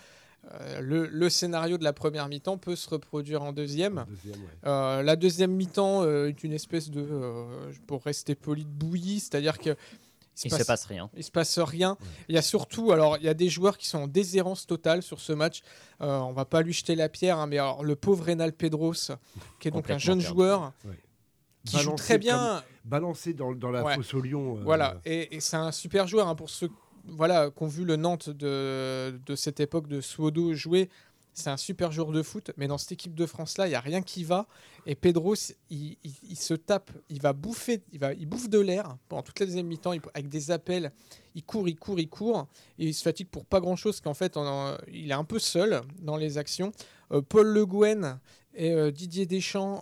le scénario de la première mi-temps peut se reproduire en deuxième. La deuxième mi-temps est une espèce de, pour rester poli, de bouillie, c'est-à-dire que il se passe rien. Il se passe rien. Il y a surtout, il y a des joueurs qui sont en déshérence totale sur ce match. On va pas lui jeter la pierre, mais alors, le pauvre Reynal Pedros, qui est donc un jeune joueur qui joue très bien, balancé dans la fosse au lion. Voilà, et c'est un super joueur pour ceux qui ont vu le Nantes de cette époque de Suodo jouer. C'est un super joueur de foot, mais dans cette équipe de France-là, il n'y a rien qui va. Et Pedros, il se tape, il bouffe de l'air pendant toute la deuxième mi-temps, avec des appels. Il court, et il se fatigue pour pas grand-chose, qu'en fait, il est un peu seul dans les actions. Paul Le Guen et Didier Deschamps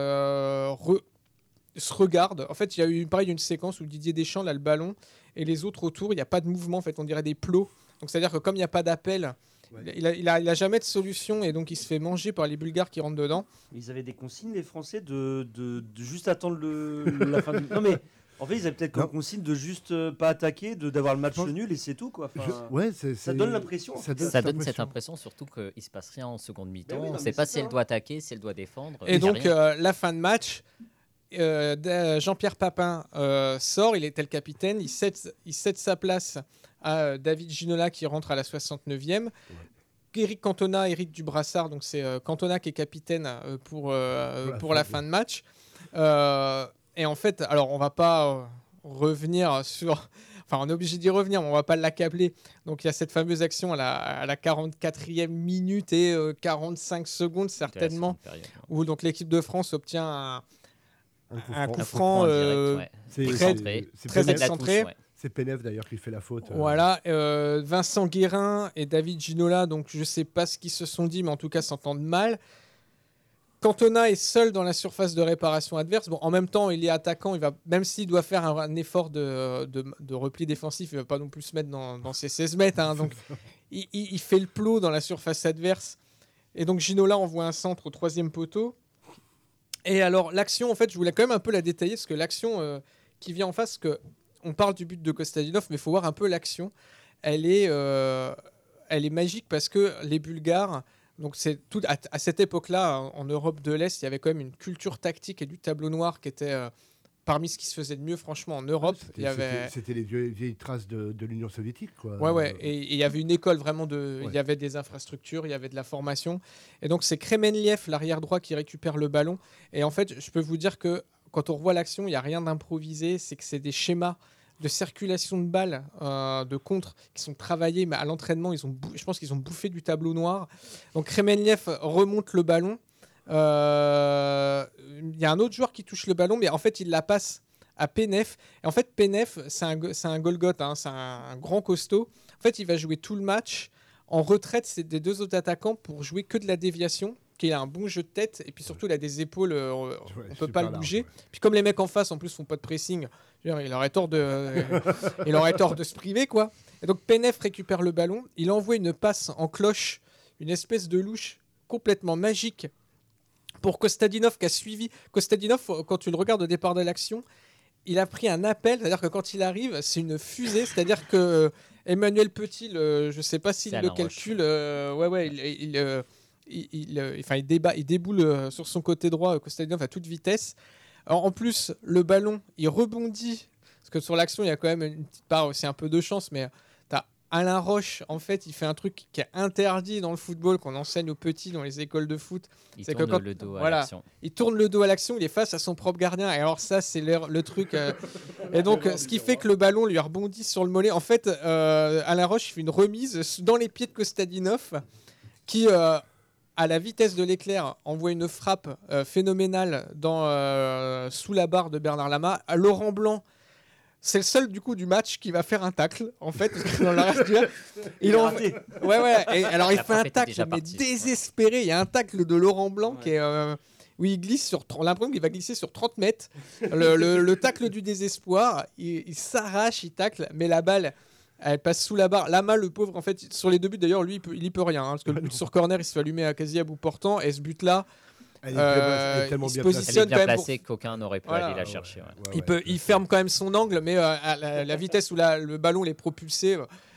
se regardent. En fait, il y a eu une séquence où Didier Deschamps a le ballon, et les autres autour, il n'y a pas de mouvement, en fait, on dirait des plots. Donc, c'est-à-dire que comme il n'y a pas d'appel, Ouais. Il a jamais de solution et donc il se fait manger par les Bulgares qui rentrent dedans. Ils avaient des consignes, les Français, de juste attendre la fin du. Non, mais en fait, ils avaient peut-être comme consigne de juste pas attaquer, d'avoir le match nul et c'est tout, quoi. Enfin, ça donne l'impression. Ça donne cette impression, surtout qu'il ne se passe rien en seconde mi-temps. Oui, on ne sait pas si elle doit attaquer, si elle doit défendre. Et donc, la fin de match. Jean-Pierre Papin sort, il était le capitaine, il cède sa place à David Ginola qui rentre à la 69e. Éric Cantona, Éric Dubrassard, donc c'est Cantona qui est capitaine pour la fin de match. Et en fait, alors on va pas revenir sur... Enfin, on est obligé d'y revenir, mais on va pas l'accabler. Donc il y a cette fameuse action à la 44e minute et 45 secondes certainement, où donc l'équipe de France obtient un coup franc très excentré. C'est Penef d'ailleurs qui fait la faute. Voilà, Vincent Guérin et David Ginola, donc je sais pas ce qu'ils se sont dit, mais en tout cas s'entendent mal. Cantona est seul dans la surface de réparation adverse. Bon, en même temps, il est attaquant, même s'il doit faire un effort de repli défensif, il va pas non plus se mettre dans ses 16 mètres. Hein, donc il fait le plot dans la surface adverse. Et donc Ginola envoie un centre au 3e poteau. Et alors, l'action, en fait, je voulais quand même un peu la détailler, parce que l'action qui vient en face, on parle du but de Kostadinov, mais il faut voir un peu l'action. Elle est magique parce que les Bulgares, donc c'est tout, à cette époque-là, en Europe de l'Est, il y avait quand même une culture tactique et du tableau noir qui était parmi ce qui se faisait de mieux, franchement, en Europe. C'était les vieilles traces de l'Union soviétique, quoi. Ouais. Et il y avait une école vraiment il y avait des infrastructures, il y avait de la formation. Et donc, c'est Kremenliev, l'arrière droit, qui récupère le ballon. Et en fait, je peux vous dire que quand on revoit l'action, il n'y a rien d'improvisé. C'est que c'est des schémas de circulation de balles, de contre, qui sont travaillés. Mais à l'entraînement, je pense qu'ils ont bouffé du tableau noir. Donc, Kremenliev remonte le ballon. Il y a un autre joueur qui touche le ballon, mais en fait il la passe à Penef. Et en fait Penef, c'est un Golgoth, hein, c'est un grand costaud. En fait il va jouer tout le match en retraite. C'est des deux autres attaquants pour jouer que de la déviation, qu'il a un bon jeu de tête et puis surtout il a des épaules, on peut pas le bouger. Puis comme les mecs en face en plus font pas de pressing, il aurait tort de se priver, quoi. Et donc Penef récupère le ballon, il envoie une passe en cloche, une espèce de louche complètement magique pour Kostadinov qui a suivi. Kostadinov, quand tu le regardes au départ de l'action, il a pris un appel, c'est-à-dire que quand il arrive, c'est une fusée, c'est-à-dire que Emmanuel Petit, je ne sais pas s'il le calcule, il déboule sur son côté droit, Kostadinov à toute vitesse. Alors, en plus, le ballon, il rebondit, parce que sur l'action, il y a quand même une petite part aussi un peu de chance, mais Alain Roche, en fait, il fait un truc qui est interdit dans le football, qu'on enseigne aux petits dans les écoles de foot. Il tourne le dos à l'action. Il tourne le dos à l'action, il est face à son propre gardien. Et alors ça, c'est le truc. Et donc, ce qui fait que le ballon lui rebondit sur le mollet. En fait, Alain Roche fait une remise dans les pieds de Kostadinov, qui, à la vitesse de l'éclair, envoie une frappe phénoménale sous la barre de Bernard Lama. À Laurent Blanc, c'est le seul du coup du match qui va faire un tacle en fait parce que dans le reste du il en fait et alors il fait un tacle mais désespéré. Il y a un tacle de Laurent Blanc qui est où il glisse l'impression qu'il va glisser sur 30 mètres. Le tacle du désespoir, il s'arrache, il tacle, mais la balle elle passe sous la barre. Lama, le pauvre, en fait, sur les deux buts d'ailleurs, lui il y peut rien, hein, parce que le but sur corner il se fait allumer quasi à bout portant, et ce but là elle est tellement bien placée qu'aucun n'aurait pu aller la chercher. Il ferme quand même son angle, mais à la vitesse où le ballon est propulsé,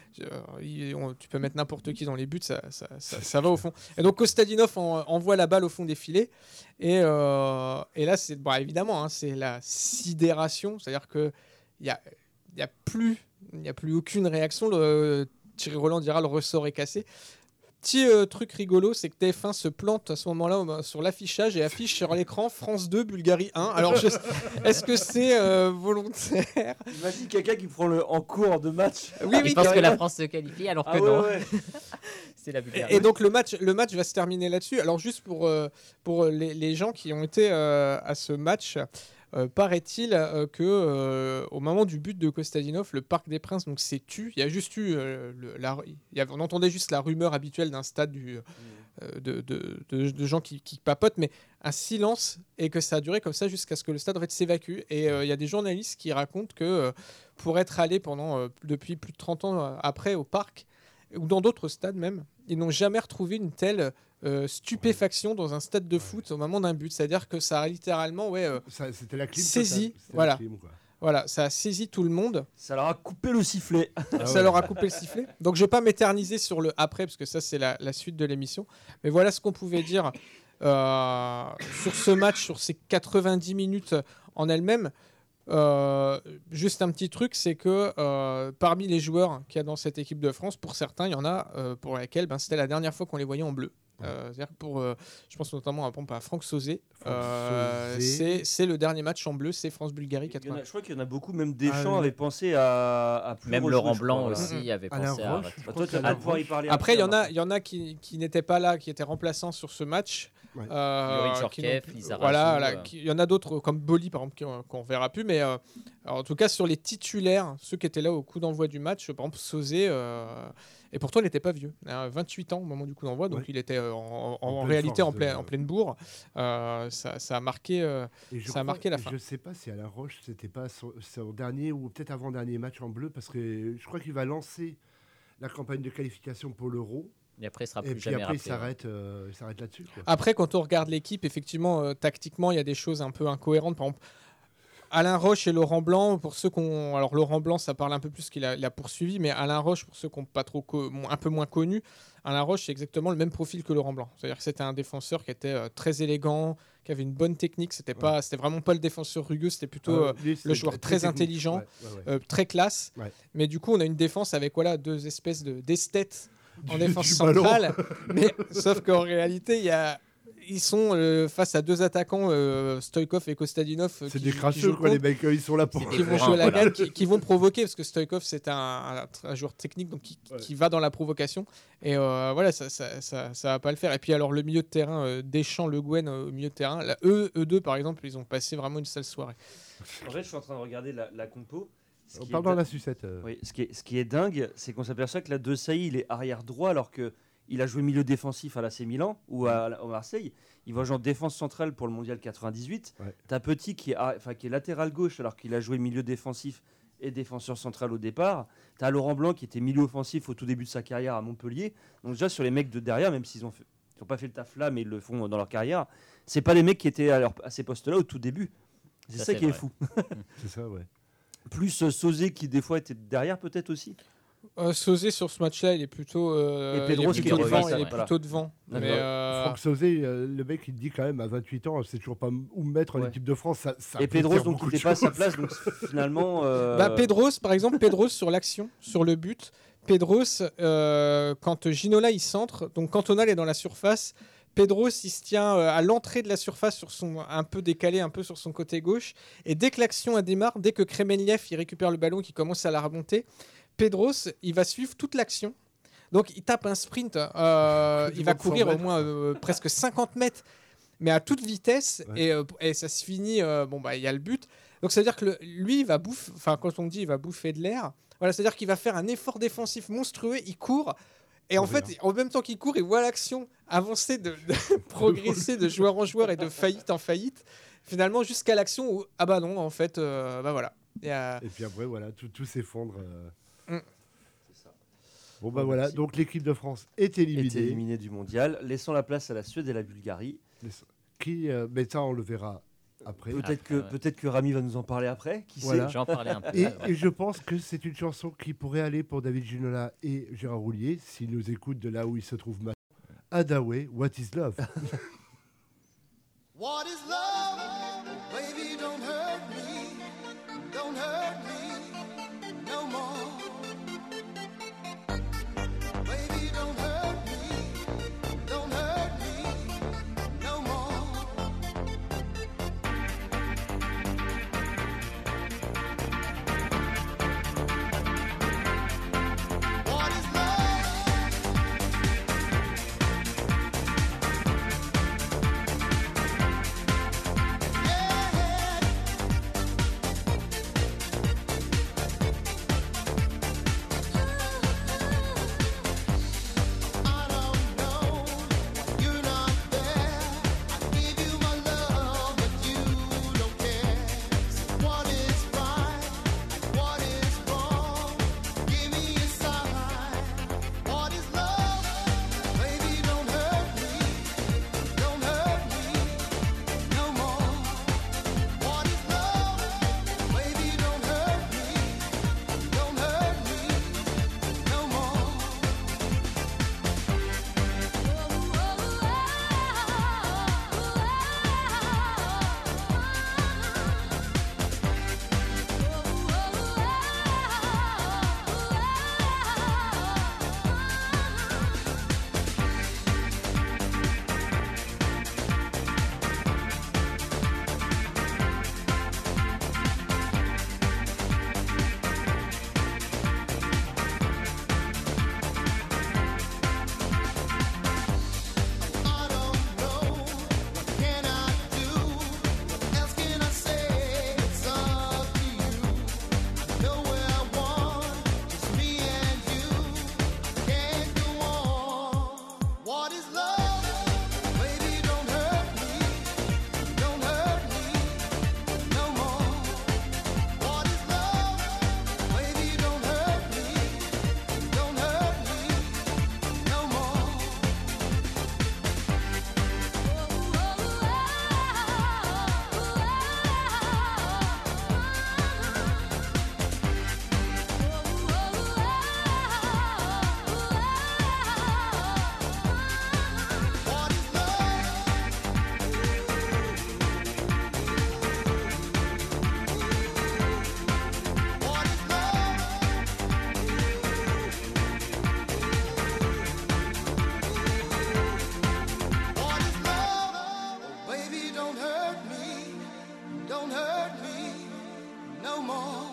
tu peux mettre n'importe qui dans les buts, ça va au fond. Et donc Kostadinov envoie la balle au fond des filets. Et là, c'est évidemment, hein, c'est la sidération, c'est-à-dire qu'il n'y a plus aucune réaction. Thierry Roland dira le ressort est cassé. Petit truc rigolo, c'est que TF1 se plante à ce moment-là sur l'affichage et affiche sur l'écran France 2, Bulgarie 1. Alors, est-ce que c'est volontaire ? Imagine quelqu'un qui prend en cours de match. Il pense que la France se qualifie alors que non. Ouais. C'est la Bulgarie. Et donc le match va se terminer là-dessus. Alors juste pour les gens qui ont été à ce match, paraît-il que au moment du but de Kostadinov, le Parc des Princes donc s'est tu. Il y a juste eu on entendait juste la rumeur habituelle d'un stade de gens qui papotent, mais un silence, et que ça a duré comme ça jusqu'à ce que le stade en fait s'évacue. Et il y a des journalistes qui racontent que pour être allé depuis plus de 30 ans après au parc ou dans d'autres stades même, ils n'ont jamais retrouvé une telle stupéfaction dans un stade de foot au moment d'un but. C'est-à-dire que ça a littéralement c'était la clim saisi. Voilà. Voilà, ça a saisi tout le monde. Ça leur a coupé le sifflet. Leur a coupé le sifflet. Donc je ne vais pas m'éterniser sur le après, parce que ça c'est la suite de l'émission. Mais voilà ce qu'on pouvait dire sur ce match, sur ces 90 minutes en elles-mêmes. Juste un petit truc, c'est que parmi les joueurs qu'il y a dans cette équipe de France, pour certains, il y en a pour lesquels c'était la dernière fois qu'on les voyait en bleu. C'est-à-dire que je pense notamment à Franck Sauzé. C'est le dernier match en bleu, c'est France-Bulgarie 80. Je crois qu'il y en a beaucoup, même Deschamps avait pensé à plus même Laurent Blanc aussi avait pensé à pouvoir y parler. Après, il y en a qui n'étaient pas là, qui étaient remplaçants sur ce match. Ouais. Yuri Djorkaeff, Lisa il y en a d'autres comme Boli par exemple qu'on verra plus, mais en tout cas sur les titulaires, ceux qui étaient là au coup d'envoi du match, par exemple Sauzé, et pourtant il n'était pas vieux, 28 ans au moment du coup d'envoi, donc il était en réalité en pleine bourre. Ça a marqué la fin. Je ne sais pas si Alain Roche c'était pas son dernier ou peut-être avant-dernier match en bleu, parce que je crois qu'il va lancer la campagne de qualification pour l'Euro. Et après, il sera plus jamais rappelé. Il s'arrête là-dessus. Quoi. Après, quand on regarde l'équipe, effectivement, tactiquement, il y a des choses un peu incohérentes. Par exemple, Alain Roche et Laurent Blanc, pour ceux qu'on... Alors, Laurent Blanc, ça parle un peu plus qu'il a poursuivi, mais Alain Roche, pour ceux qui n'ont pas un peu moins connu, Alain Roche, c'est exactement le même profil que Laurent Blanc. C'est-à-dire que c'était un défenseur qui était très élégant, qui avait une bonne technique. C'était vraiment pas le défenseur rugueux, c'était plutôt le joueur très intelligent, très classe. Ouais. Mais du coup, on a une défense avec deux espèces d'esthètes en défense centrale, mais sauf qu'en réalité ils sont face à deux attaquants, Stoïkov et Kostadinov. C'est des cracheux quoi, les mecs, ils sont là pour qui vont jouer la gagne, qui vont provoquer, parce que Stoïkov c'est un joueur technique donc qui va dans la provocation, et voilà, ça va pas le faire. Et puis alors le milieu de terrain, Deschamps, Le Guen au milieu de terrain, là, eux deux par exemple, ils ont passé vraiment une sale soirée. En fait, je suis en train de regarder la compo. On parle dans la sucette. Oui, ce qui est dingue, c'est qu'on s'aperçoit que De Sailly, il est arrière droit alors qu'il a joué milieu défensif à l'AC Milan ou à Marseille. Il va jouer en défense centrale pour le Mondial 98. Ouais. T'as Petit qui est latéral gauche alors qu'il a joué milieu défensif et défenseur central au départ. T'as Laurent Blanc qui était milieu offensif au tout début de sa carrière à Montpellier. Donc déjà sur les mecs de derrière, même s'ils n'ont pas fait le taf là, mais ils le font dans leur carrière, c'est pas des mecs qui étaient à ces postes-là au tout début. C'est ça qui est fou. C'est ça, ouais. Plus Sauzé qui des fois était derrière peut-être aussi. Sauzé sur ce match-là, il est plutôt devant. Mais Franck Sauzé, le mec il dit quand même à 28 ans, c'est toujours pas où me mettre en équipe de France. Ça et Pedros donc il n'était pas à sa place, donc finalement. Pedros par exemple, sur l'action, sur le but, Pedros quand Ginola il centre, donc Cantona est dans la surface. Pedros, il se tient à l'entrée de la surface, un peu décalé, un peu sur son côté gauche. Et dès que l'action démarre, dès que Kremeliev il récupère le ballon, qu'il commence à la remonter, Pedros, il va suivre toute l'action. Donc, il tape un sprint. Il va courir au moins presque 50 mètres, mais à toute vitesse. Ouais. Et ça se finit. Il y a le but. Donc, ça veut dire que lui, il va bouffer. Enfin, quand on dit il va bouffer de l'air, voilà, c'est-à-dire qu'il va faire un effort défensif monstrueux. Il court. Et en fait, en même temps qu'il court, il voit l'action avancer, de progresser de joueur en joueur et de faillite en faillite, finalement jusqu'à l'action où, ah bah non, en fait, voilà. Et puis après, voilà, tout s'effondre. C'est ça. Bon, bah voilà, donc l'équipe de France est éliminée du mondial, laissant la place à la Suède et la Bulgarie. Mais ça, on le verra après. Peut-être que Rami va nous en parler après. Qui sait. J'en parlais un peu. Et je pense que c'est une chanson qui pourrait aller pour David Ginola et Gérard Houllier, s'ils nous écoutent de là où ils se trouvent maintenant. Adaway, What is Love? What is love? Baby, don't hurt me. Don't hurt me no more. Baby, don't hurt me. Don't hurt me no more. What is love? don't hurt me, don't hurt me no more.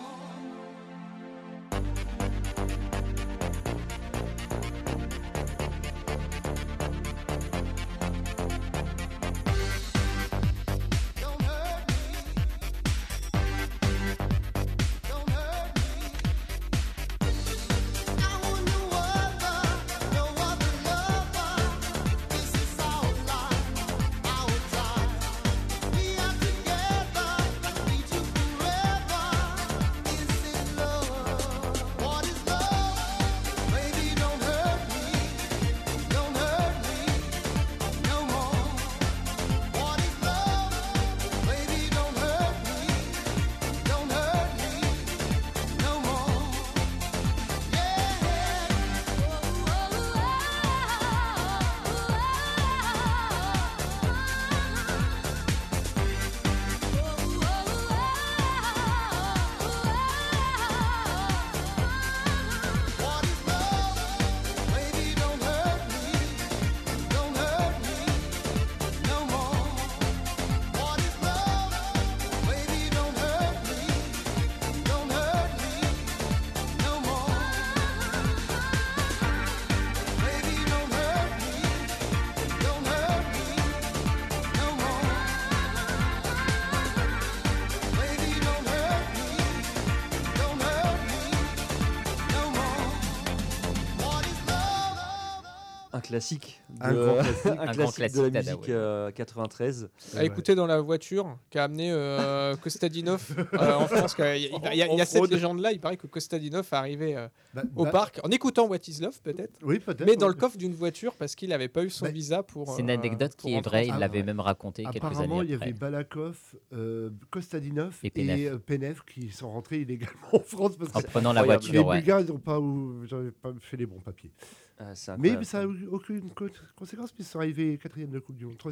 Classique, Un grand classique. un classique de la musique 93. À écouter dans la voiture, qui a amené Kostadinov en France. Il y a cette légende-là, il paraît que Kostadinov est arrivé au parc en écoutant What Is Love, peut-être, oui, peut-être, mais dans le coffre d'une voiture parce qu'il n'avait pas eu son visa pour. C'est une anecdote qui est vraie, il l'avait même raconté quelques années après. Apparemment, il y avait Balakov, Kostadinov et Penev qui sont rentrés illégalement en France. Parce en prenant la voiture, les Bulgares n'ont pas fait les bons papiers. Mais ça n'a eu aucune conséquence, puisqu'ils sont arrivés 4e de la Coupe du Monde.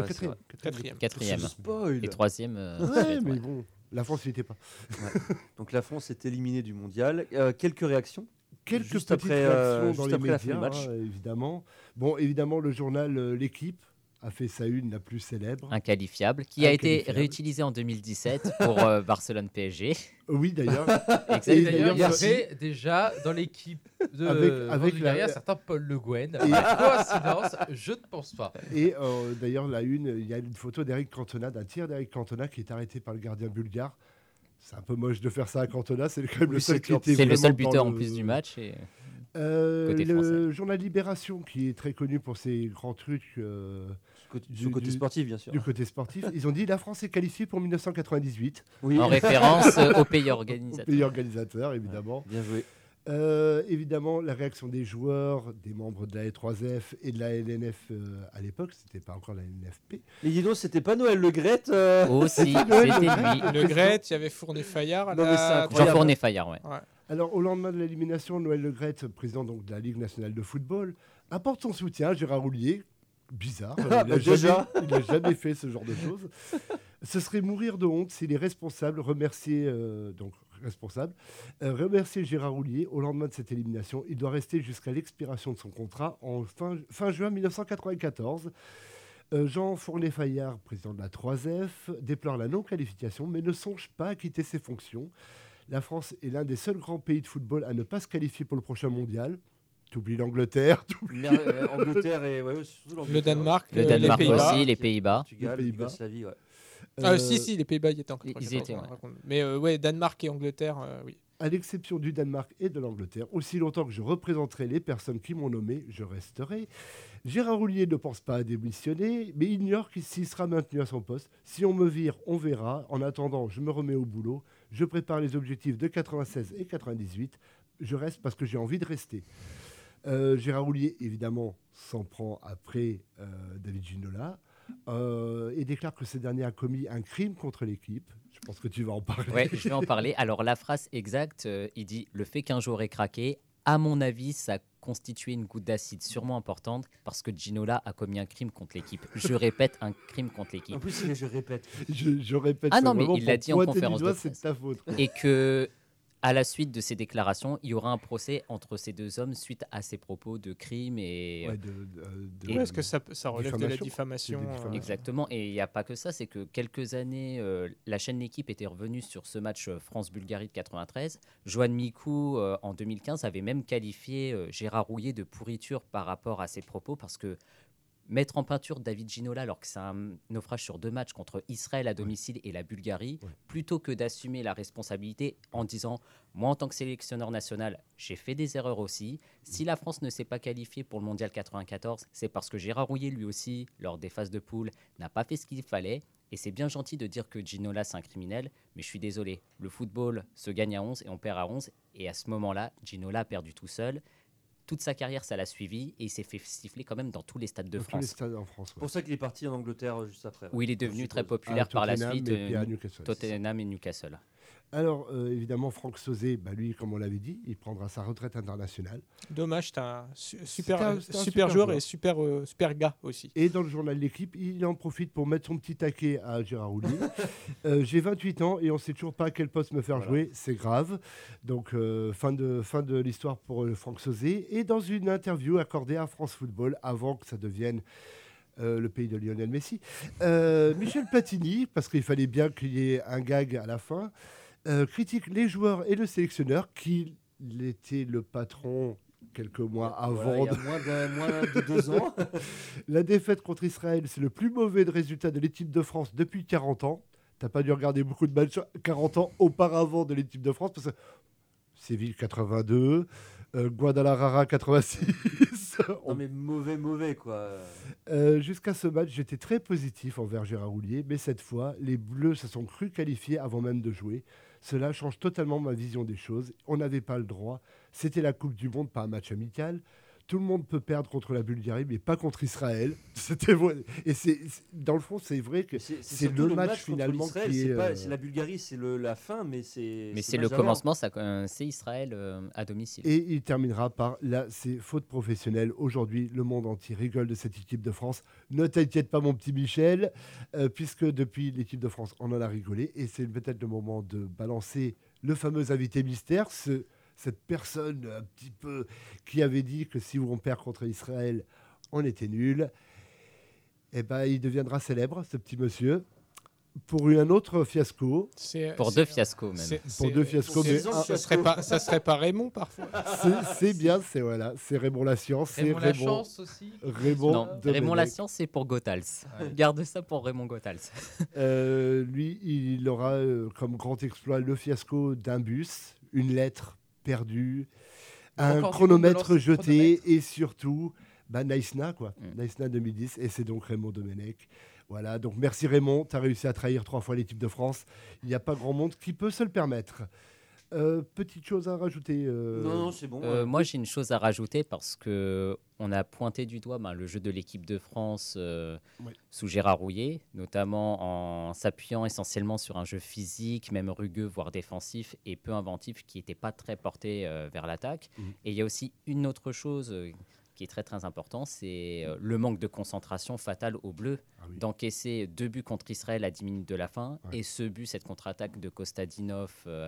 4e. Et 3e. Ouais, mais bon, la France n'y était pas. Ouais. Donc la France est éliminée du mondial. Quelques réactions Quelques petites réactions dans les médias, match. Évidemment. Bon, évidemment, le journal L'Équipe a fait sa une la plus célèbre. Inqualifiable, qui a été réutilisé en 2017 pour Barcelone-PSG. Oui, d'ailleurs. Et d'ailleurs, il y avait déjà dans l'équipe de avec Bulgarie un certain Paul Le Guen. Coïncidence, je ne pense pas. Et d'ailleurs, il y a une photo d'Eric Cantona, d'un tir d'Eric Cantona qui est arrêté par le gardien bulgare. C'est un peu moche de faire ça à Cantona, c'est quand même le seul qui était. C'est le seul buteur en plus du match. Et... le journal Libération, qui est très connu pour ses grands trucs du côté sportif, bien sûr. Du côté sportif, ils ont dit la France est qualifiée pour 1998. Oui. En référence au pays organisateur. Au pays organisateur, évidemment. Ouais, bien joué. Évidemment, la réaction des joueurs, des membres de la L3F et de la LNF à l'époque, c'était pas encore la LNFP. Mais dis donc, c'était pas Noël Le Graët Aussi, c'était lui. Le Graët, il y avait Fournet-Fayard. Jean Fournet-Fayard, ouais. Alors, au lendemain de l'élimination, Noël Le Graët, président donc, de la Ligue nationale de football, apporte son soutien à Gérard Houllier. Bizarre, il n'a jamais fait ce genre de choses. Ce serait mourir de honte si les responsables remercier Gérard Houllier au lendemain de cette élimination. Il doit rester jusqu'à l'expiration de son contrat en fin juin 1994. Jean Fournet-Fayard, président de la 3F, déplore la non-qualification mais ne songe pas à quitter ses fonctions. La France est l'un des seuls grands pays de football à ne pas se qualifier pour le prochain mondial. T'oublies l'Angleterre, Angleterre et le Danemark, les Pays-Bas aussi, les Pays-Bas. Yougoslavie, si, les Pays-Bas y étaient encore. Ils y étaient, mais Danemark et Angleterre, oui. À l'exception du Danemark et de l'Angleterre, aussi longtemps que je représenterai les personnes qui m'ont nommé, je resterai. Gérard Houllier ne pense pas à démissionner, mais ignore s'il sera maintenu à son poste. Si on me vire, on verra. En attendant, je me remets au boulot. Je prépare les objectifs de 96 et 98. Je reste parce que j'ai envie de rester. Gérard Houllier, évidemment, s'en prend après David Ginola et déclare que ce dernier a commis un crime contre l'équipe. Je pense que tu vas en parler. Oui, je vais en parler. Alors, la phrase exacte, il dit « Le fait qu'un joueur ait craqué, à mon avis, ça a constitué une goutte d'acide sûrement importante parce que Ginola a commis un crime contre l'équipe. Je répète, un crime contre l'équipe. » En plus, je répète. Je répète. Ah non, mais il l'a dit en conférence de presse. C'est ta faute. Et que... à la suite de ces déclarations, il y aura un procès entre ces deux hommes suite à ces propos de crime et... Est-ce que ça relève de la diffamation Exactement, et il n'y a pas que ça, c'est que quelques années, la chaîne L'équipe était revenue sur ce match France-Bulgarie de 93. Johan Mikou, en 2015, avait même qualifié Gérard Rouillet de pourriture par rapport à ses propos, parce que mettre en peinture David Ginola alors que c'est un naufrage sur 2 matchs contre Israël à domicile et la Bulgarie, plutôt que d'assumer la responsabilité en disant « Moi, en tant que sélectionneur national, j'ai fait des erreurs aussi. Si la France ne s'est pas qualifiée pour le Mondial 94, c'est parce que Gérard Rouillet, lui aussi, lors des phases de poule, n'a pas fait ce qu'il fallait. Et c'est bien gentil de dire que Ginola, c'est un criminel, mais je suis désolé. Le football se gagne à 11 et on perd à 11. Et à ce moment-là, Ginola a perdu tout seul. Toute sa carrière, ça l'a suivi et il s'est fait siffler quand même dans tous les stades de France. Tous les stades en France. C'est pour ça qu'il est parti en Angleterre juste après. Où il est devenu très populaire par la suite, Tottenham et Newcastle. Alors, évidemment, Franck Sauzet, lui, comme on l'avait dit, il prendra sa retraite internationale. Dommage, c'est un super joueur et super gars aussi. Et dans le journal L'Équipe, il en profite pour mettre son petit taquet à Gérard Rouillet. J'ai 28 ans et on ne sait toujours pas à quel poste me faire jouer, c'est grave. Donc, fin de l'histoire pour Franck Sauzet. Et dans une interview accordée à France Football, avant que ça devienne... le pays de Lionel Messi. Michel Platini, parce qu'il fallait bien qu'il y ait un gag à la fin, critique les joueurs et le sélectionneur, qui était le patron quelques mois avant. Il y a moins de 2 ans. La défaite contre Israël, c'est le plus mauvais résultat de l'équipe de France depuis 40 ans. T'as pas dû regarder beaucoup de matchs 40 ans auparavant de l'équipe de France, parce que Séville 82, Guadalajara 86. Non mais mauvais quoi. Jusqu'à ce match, j'étais très positif envers Gérard Rouillet, mais cette fois, les Bleus se sont crus qualifiés avant même de jouer. Cela change totalement ma vision des choses. On n'avait pas le droit. C'était la Coupe du Monde, pas un match amical. Tout le monde peut perdre contre la Bulgarie, mais pas contre Israël. C'était vrai. Et dans le fond, c'est vrai que c'est le match finalement qui est. C'est la Bulgarie, c'est la fin, mais c'est. Mais c'est le commencement, c'est Israël à domicile. Et il terminera par là, c'est faute professionnelle. Aujourd'hui, le monde entier rigole de cette équipe de France. Ne t'inquiète pas, mon petit Michel, puisque depuis l'équipe de France, on en a rigolé. Et c'est peut-être le moment de balancer le fameux invité mystère, cette personne un petit peu qui avait dit que si on perd contre Israël, on était nul. Eh ben, il deviendra célèbre, ce petit monsieur, pour un autre fiasco. Pour 2 fiascos même. Pour 2 fiascos. Mais ça serait pas Raymond parfois. C'est bien, c'est Raymond La Science. Raymond La Chance aussi. Raymond La Science, c'est pour Gotals. Garde ça pour Raymond Gotals. Lui, il aura comme grand exploit le fiasco d'un bus, une lettre perdu, un chronomètre jeté et surtout Naïsna, quoi. Naïsna 2010, et c'est donc Raymond Domenech. Voilà, donc merci Raymond, tu as réussi à trahir 3 fois l'équipe de France. Il n'y a pas grand monde qui peut se le permettre. Petite chose à rajouter Non, c'est bon. Moi, j'ai une chose à rajouter parce qu'on a pointé du doigt le jeu de l'équipe de France sous Gérard Rouillet, notamment en s'appuyant essentiellement sur un jeu physique, même rugueux, voire défensif, et peu inventif, qui n'était pas très porté vers l'attaque. Et il y a aussi une autre chose qui est très très important, c'est le manque de concentration fatale aux Bleus, d'encaisser 2 buts contre Israël à 10 minutes de la fin, et ce but, cette contre-attaque de Kostadinov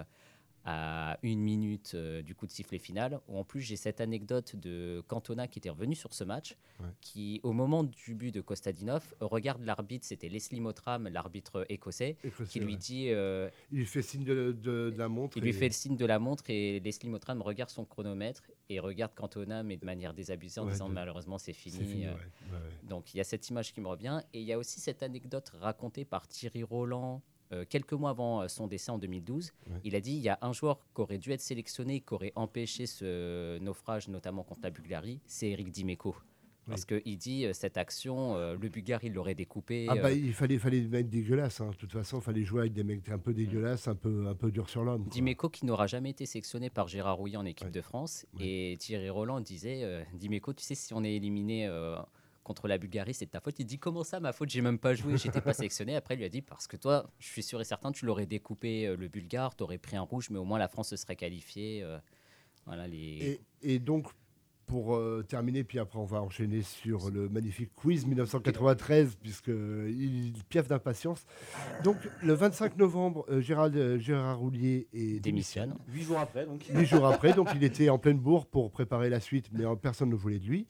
à 1 minute du coup de sifflet final, où en plus j'ai cette anecdote de Cantona qui était revenu sur ce match, qui au moment du but de Kostadinov regarde l'arbitre, c'était Leslie Mottram, l'arbitre écossais, qui lui dit... il lui fait signe de la montre. Il lui fait le signe de la montre et Leslie Mottram regarde son chronomètre et regarde Cantona, mais de manière désabusée en disant malheureusement c'est fini. Donc il y a cette image qui me revient, et il y a aussi cette anecdote racontée par Thierry Roland quelques mois avant son décès en 2012. Il a dit il y a un joueur qui aurait dû être sélectionné, qui aurait empêché ce naufrage, notamment contre la Bulgarie, c'est Eric Dimeco. Parce qu'il dit cette action, le Bulgare, il l'aurait découpé. Il fallait des mecs dégueulasses. De toute façon, il fallait jouer avec des mecs un peu dégueulasses, un peu durs sur l'homme. Dimeco qui n'aura jamais été sélectionné par Gérard Rouillet en équipe de France. Et Thierry Roland disait Dimeco, tu sais, si on est éliminé contre la Bulgarie, c'est de ta faute. Il dit comment ça, ma faute, j'ai même pas joué, j'étais pas sélectionné. Après, il lui a dit parce que toi, je suis sûr et certain, tu l'aurais découpé le Bulgare, tu aurais pris un rouge, mais au moins la France se serait qualifiée. Et donc, pour terminer, puis après on va enchaîner sur le magnifique quiz 1993, puisqu'il piaffe d'impatience. Donc le 25 novembre, Gérard Houllier démissionne. 8 jours après, donc. 8 jours après, donc il était en pleine bourre pour préparer la suite, mais personne ne voulait de lui.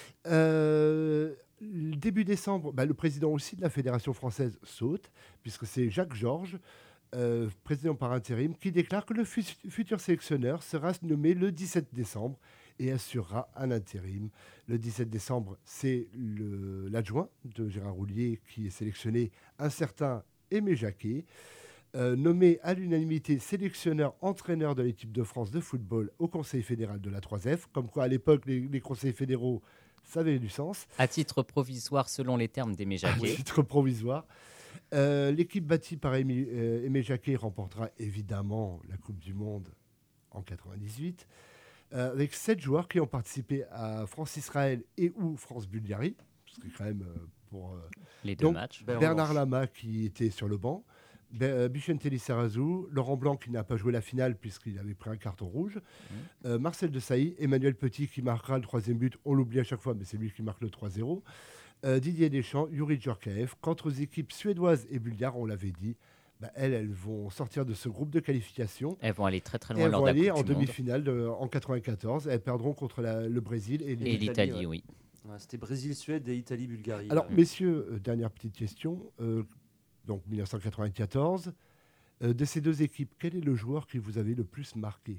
Début décembre, le président aussi de la Fédération française saute, puisque c'est Jacques Georges, président par intérim, qui déclare que le futur sélectionneur sera nommé le 17 décembre et assurera un intérim. Le 17 décembre, c'est l'adjoint de Gérard Houllier qui est sélectionné, un certain Aimé Jacquet, nommé à l'unanimité sélectionneur-entraîneur de l'équipe de France de football au Conseil fédéral de la 3F, comme quoi à l'époque les conseils fédéraux, ça avait du sens. À titre provisoire selon les termes d'Aimé Jacquet. À titre provisoire. L'équipe bâtie par Aimé Jacquet remportera évidemment la Coupe du Monde en 98, avec 7 joueurs qui ont participé à France-Israël et ou France-Bulgarie, parce que quand même pour les deux matchs. Bernard Lama qui était sur le banc, Bicente Lizarazu, Laurent Blanc qui n'a pas joué la finale puisqu'il avait pris un carton rouge, Marcel Desailly, Emmanuel Petit qui marquera le 3e but, on l'oublie à chaque fois mais c'est lui qui marque le 3-0, Didier Deschamps, Yuri Djorkaeff. Quant aux équipes suédoises et bulgares, on l'avait dit, elles vont sortir de ce groupe de qualification. Elles vont aller très très loin lors de la Coupe du Monde. Elles vont aller en demi-finale en 1994. Elles perdront contre le Brésil et l'Italie. Oui. Ouais, c'était Brésil-Suède et Italie-Bulgarie. Alors, messieurs, dernière petite question. Donc, 1994. De ces deux équipes, quel est le joueur qui vous avait le plus marqué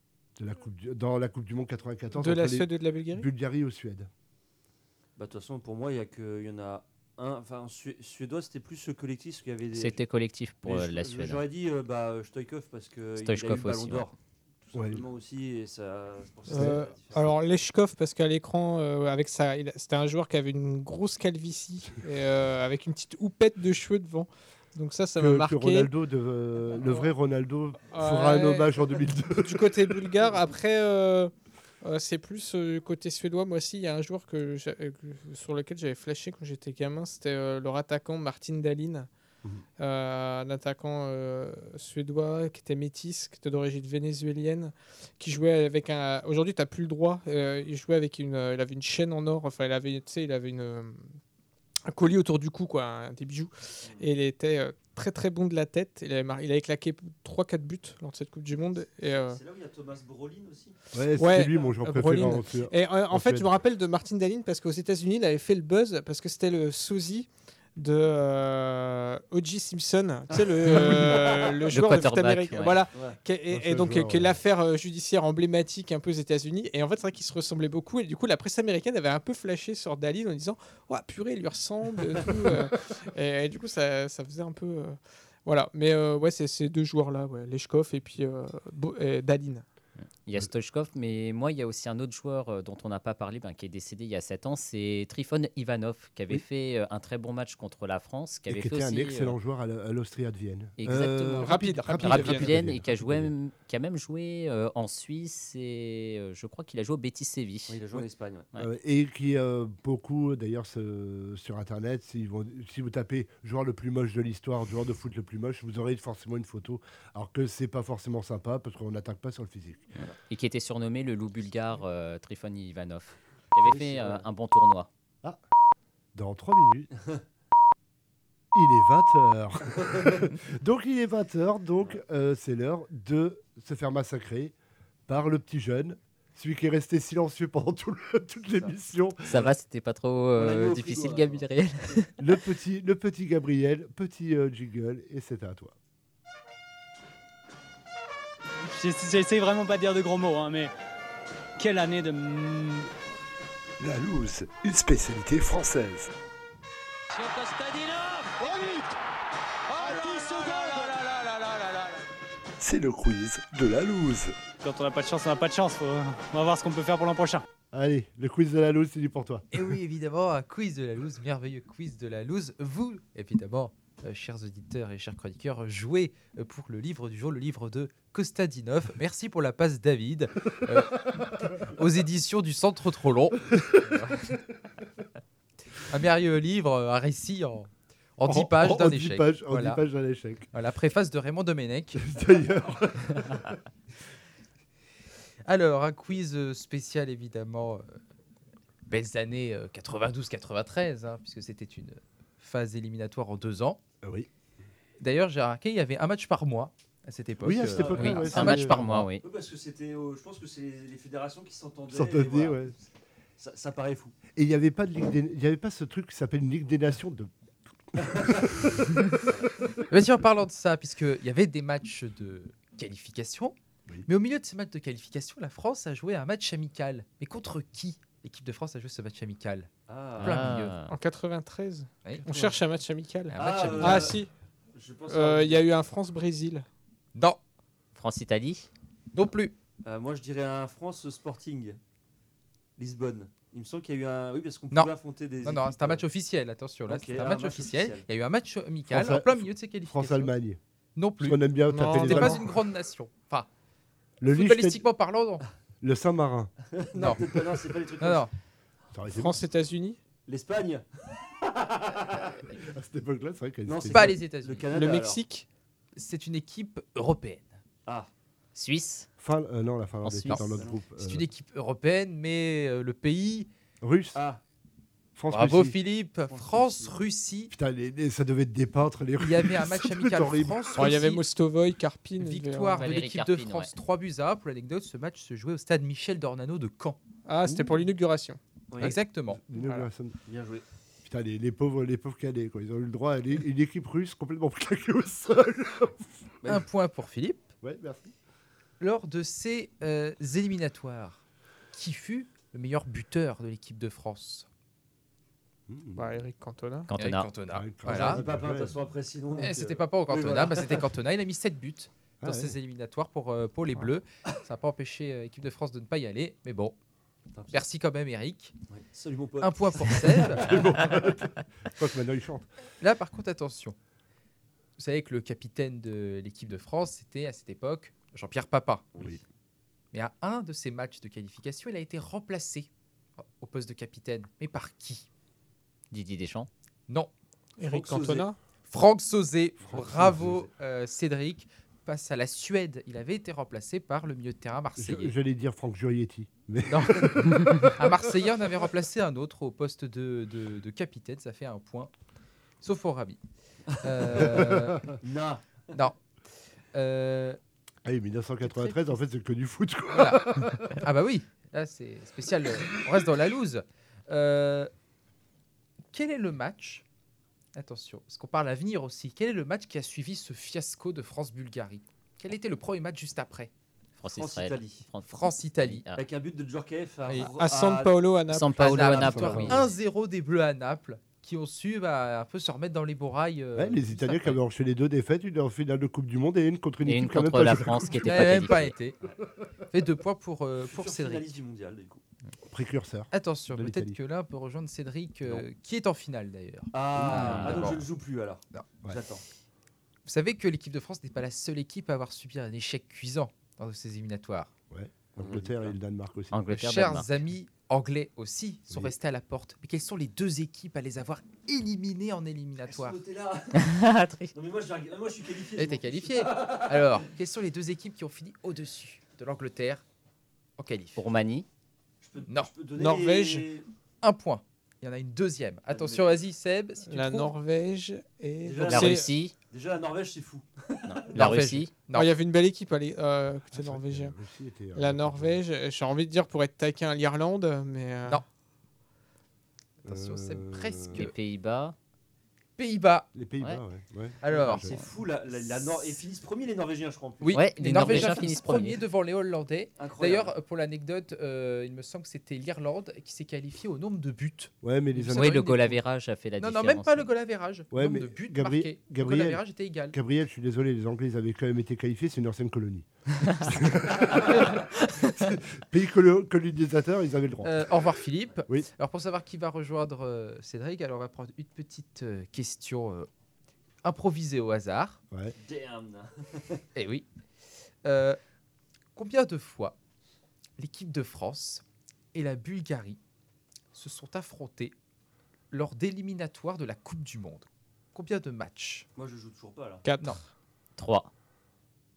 dans la Coupe du Monde 1994 De la Suède et de la Bulgarie Bulgarie ou Suède. De toute façon, pour moi, il y en a un. Enfin, suédois, c'était plus ce collectif. Qu'il y avait C'était collectif pour la Suède. J'aurais dit Stoïkov parce que il a eu le ballon d'or. Tout simplement aussi. Et ça, alors, Leshkov, parce qu'à l'écran, c'était un joueur qui avait une grosse calvitie, avec une petite houppette de cheveux devant. Donc ça m'a marqué. Que Ronaldo, le vrai Ronaldo, fera un hommage en 2002. Du côté bulgare, après. C'est plus côté suédois. Moi aussi, il y a un joueur sur lequel j'avais flashé quand j'étais gamin. C'était leur attaquant Martin Dahlin, un attaquant suédois qui était métis, qui était d'origine vénézuélienne, qui jouait avec un. Aujourd'hui, tu n'as plus le droit. Il jouait avec il avait une chaîne en or. Enfin, il avait un collier autour du cou, quoi, des bijoux. Et il était très très bon de la tête. Il avait claqué 3-4 buts lors de cette Coupe du Monde. Et, c'est là où il y a Thomas Brolin aussi. Ouais, c'était lui mon joueur préféré. Et en fait, je me rappelle de Martin Dahlin parce qu'aux États-Unis, il avait fait le buzz parce que c'était le sosie de O.J. Simpson, tu sais, le joueur de foot américain, voilà, et donc qui est l'affaire judiciaire emblématique un peu aux États-Unis. Et en fait, c'est vrai qu'ils se ressemblaient beaucoup. Et du coup, la presse américaine avait un peu flashé sur Dahlin en disant "Oh purée, il lui ressemble." Et du coup, ça faisait un peu, voilà. Mais ouais, c'est ces deux joueurs-là, Leshkov et puis Dahlin. Il y a Stoichkov, mais moi, il y a aussi un autre joueur dont on n'a pas parlé, qui est décédé il y a 7 ans, c'est Trifon Ivanov, qui avait fait un très bon match contre la France. Qui était aussi un excellent joueur à l'Austria de Vienne. Exactement. Rapide Vienne, et qui a même joué en Suisse, et je crois qu'il a joué au Betis Séville. Oui, il a joué en Espagne. Et qui beaucoup, d'ailleurs, sur Internet, si vous tapez joueur le plus moche de l'histoire, joueur de foot le plus moche, vous aurez forcément une photo, alors que c'est pas forcément sympa, parce qu'on n'attaque pas sur le physique. Voilà. Et qui était surnommé le loup bulgare Trifon Ivanov, qui avait fait un bon tournoi. Ah, dans 3 minutes, il est 20h. Donc il est 20h, donc c'est l'heure de se faire massacrer par le petit jeune, celui qui est resté silencieux pendant toute l'émission. Ça va, c'était pas trop difficile, Gabriel. Le petit Gabriel, petit jingle, et c'est à toi. J'essaie vraiment pas de dire de gros mots, mais quelle année de... La loose, une spécialité française. C'est le quiz de la loose. Quand on n'a pas de chance, on n'a pas de chance. On va voir ce qu'on peut faire pour l'an prochain. Allez, le quiz de la loose, c'est dit pour toi. Et oui, évidemment, un quiz de la loose, merveilleux quiz de la loose. Vous, évidemment, chers auditeurs et chers chroniqueurs, jouez pour le livre du jour, le livre de Kostadinov. Merci pour la passe, David, aux éditions du Centre Trop Long. Un merveilleux livre, un récit en 10 pages d'un échec. En 10 pages d'un échec. Voilà, préface de Raymond Domenech. D'ailleurs. Alors, un quiz spécial, évidemment. Belles années 92-93, hein, puisque c'était une phase éliminatoire en 2 ans. Oui. D'ailleurs, j'ai remarqué, il y avait un match par mois à cette époque. Oui, à cette époque-là, ouais, un match par mois, oui. Oui, parce que c'était, je pense que c'est les fédérations qui s'entendaient. S'entendaient, et voilà. ouais. Ça paraît fou. Et il n'y avait pas il y avait pas ce truc qui s'appelle une Ligue des Nations de. Vas-y, en parlant de ça, puisqu'il y avait des matchs de qualification, mais au milieu de ces matchs de qualification, la France a joué un match amical. Mais contre qui l'équipe de France a joué ce match amical? Plein milieu. En 93 Oui. On cherche un match amical. Un match amical. Ah si. Je pense Il y a eu un France-Brésil. Non. France-Italie. Non plus. Moi, je dirais un France Sporting. Lisbonne. Il me semble qu'il y a eu un. Oui, parce qu'on Non. pouvait affronter des. Non, c'est un match officiel, attention. Là, Ok, c'est un un match match officiel. officiel. Il y a eu un match amical France- en plein milieu de ces qualifications. France-Allemagne. Non plus. Parce qu'on aime bien Non, taper les C'était pas Allemands. une grande nation. Enfin, Le footballistiquement parlant, non. Le Saint-Marin. Non. peut-être pas, non, c'est pas les trucs. Non, non. Ça aurait été France-États-Unis. L'Espagne. bon. À cette époque-là, c'est vrai qu'elle Non, était- C'est pas Le les États-Unis. Canada. Le alors. Mexique. C'est une équipe européenne. Ah. Suisse. Non, la Finlande En était Suisse. dans notre groupe. C'est une équipe européenne, mais le pays. Russe. Ah. Bravo France-Russie. Philippe. France-Russie. Putain, ça devait être des peintres, les Russes. Il y avait un match Ça devait amical être horrible. France-Russie. Oh, il y avait Mostovoy, Karpin. Victoire de Valérie l'équipe de Karpin, France ouais. 3-1. Pour l'anecdote, ce match se jouait au stade Michel Dornano de Caen. Ah, c'était pour l'inauguration. Oui. Exactement. L'inauguration. Bien joué. Putain, les pauvres cadets, quoi. Ils ont eu le droit à une équipe russe complètement claquée au sol. Un point pour Philippe. Ouais, merci. Lors de ces éliminatoires, qui fut le meilleur buteur de l'équipe de France? Bah, Eric Cantona. Cantona. Eric Cantona. Ouais, Voilà. C'est pas plein, de toute façon, après, sinon. C'était pas au Cantona, voilà. bah, c'était Cantona. Il a mis 7 buts dans Ah ouais. ces éliminatoires pour les Bleus. Ça n'a pas empêché l'équipe de France de ne pas y aller. Mais bon, Tant pis. merci quand même Eric. Ouais. Salut mon pote. Un point pour Seb. Je crois que maintenant, ils chantent. Là, par contre, attention. Vous savez que le capitaine de l'équipe de France, c'était à cette époque Jean-Pierre Papin. Oui. Mais à un de ces matchs de qualification, il a été remplacé au poste de capitaine. Mais par qui? Didier Deschamps. Non. Eric Franck Cantona. Franck Sauzet. Franck Bravo Cédric. Face à la Suède, il avait été remplacé par le milieu de terrain marseillais. J'allais dire Franck Jurietti. Mais Non. Un Marseillais, on avait remplacé un autre au poste de capitaine. Ça fait un point. Sauf au Rabi. Non. Non. ah oui, 1993, en fait, c'est que du foot, quoi. Voilà. Ah bah oui, là c'est spécial. On reste dans la loose. Quel est le match? Attention, parce qu'on parle avenir aussi. Quel est le match qui a suivi ce fiasco de France-Bulgarie? Quel était le premier match juste après? France-Israël. France-Italie. France-Italie. Ah. Avec un but de Djorkaeff À San Paolo, à Naples. San Paolo à Naples, Naples. victoire Oui. 1-0 des Bleus à Naples, qui ont su un peu se remettre dans les bourrailles. Ouais, les juste Italiens qui après. avaient enchaîné 2 défaites, une en finale de Coupe du Monde et une contre une Et équipe une qui a même contre pas la joué. France qui Il était n'avait pas même pas qualifiée. été. Fait 2 points pour Futur Cédric. finaliste du mondial, du coup. Précurseur. Attention, De peut-être l'Italie. que là, on peut rejoindre Cédric, Non. qui est en finale d'ailleurs. Ah, donc d'abord. je ne joue plus alors. Non. Ouais. J'attends. Vous savez que l'équipe de France n'est pas la seule équipe à avoir subi un échec cuisant dans ces éliminatoires. L'Angleterre et le Danemark aussi. Angleterre, Chers Danemark. amis anglais aussi sont Oui. restés à la porte. Mais quelles sont les 2 équipes à les avoir éliminées en éliminatoire? Non mais moi je suis qualifié. Et t'es qualifié. Alors, quelles sont les 2 équipes qui ont fini au-dessus de l'Angleterre en qualif? Roumanie. Non. Norvège. Un point. Il y en a une deuxième. Attention, vas-y Seb. Si tu La trouves. Norvège et. Déjà, La C'est- Russie. Déjà la Norvège c'est fou. Non. La Norvège. Russie. Non. Oh, il y avait une belle équipe, côté Ah, norvégien. Russie était, La Norvège, j'ai envie de dire pour être taquin l'Irlande, mais. Non. Attention, c'est presque. Les Pays-Bas. Pays-Bas. Les Pays-Bas, Ouais. ouais. Alors, C'est fou et finissent premiers les Norvégiens je crois en plus. oui, Ouais, les les Norvégiens Norvégiens finissent finissent premiers premiers. devant les Hollandais. Incroyable. D'ailleurs, pour l'anecdote, il me semble que c'était l'Irlande qui s'est qualifiée au nombre de buts. Ouais, mais les Ça Oui, va le une goal des- average a fait la Non, différence. non, même pas le goal average. Ouais, Le nombre mais de buts Gabriel- marqués. Le goal Gabriel- average était égal. Gabriel, je suis désolé, les Anglais ils avaient quand même été qualifiés, c'est une ancienne colonie. Pays colonisateur, ils avaient le droit. Au revoir Philippe. Oui. Alors pour savoir qui va rejoindre Cédric, alors on va prendre une petite question improvisée au hasard. Ouais. Damn. Eh oui. Combien de fois l'équipe de France et la Bulgarie se sont affrontés lors d'éliminatoires de la Coupe du Monde? Combien de matchs? Moi je joue toujours pas là. 4. Non. 3.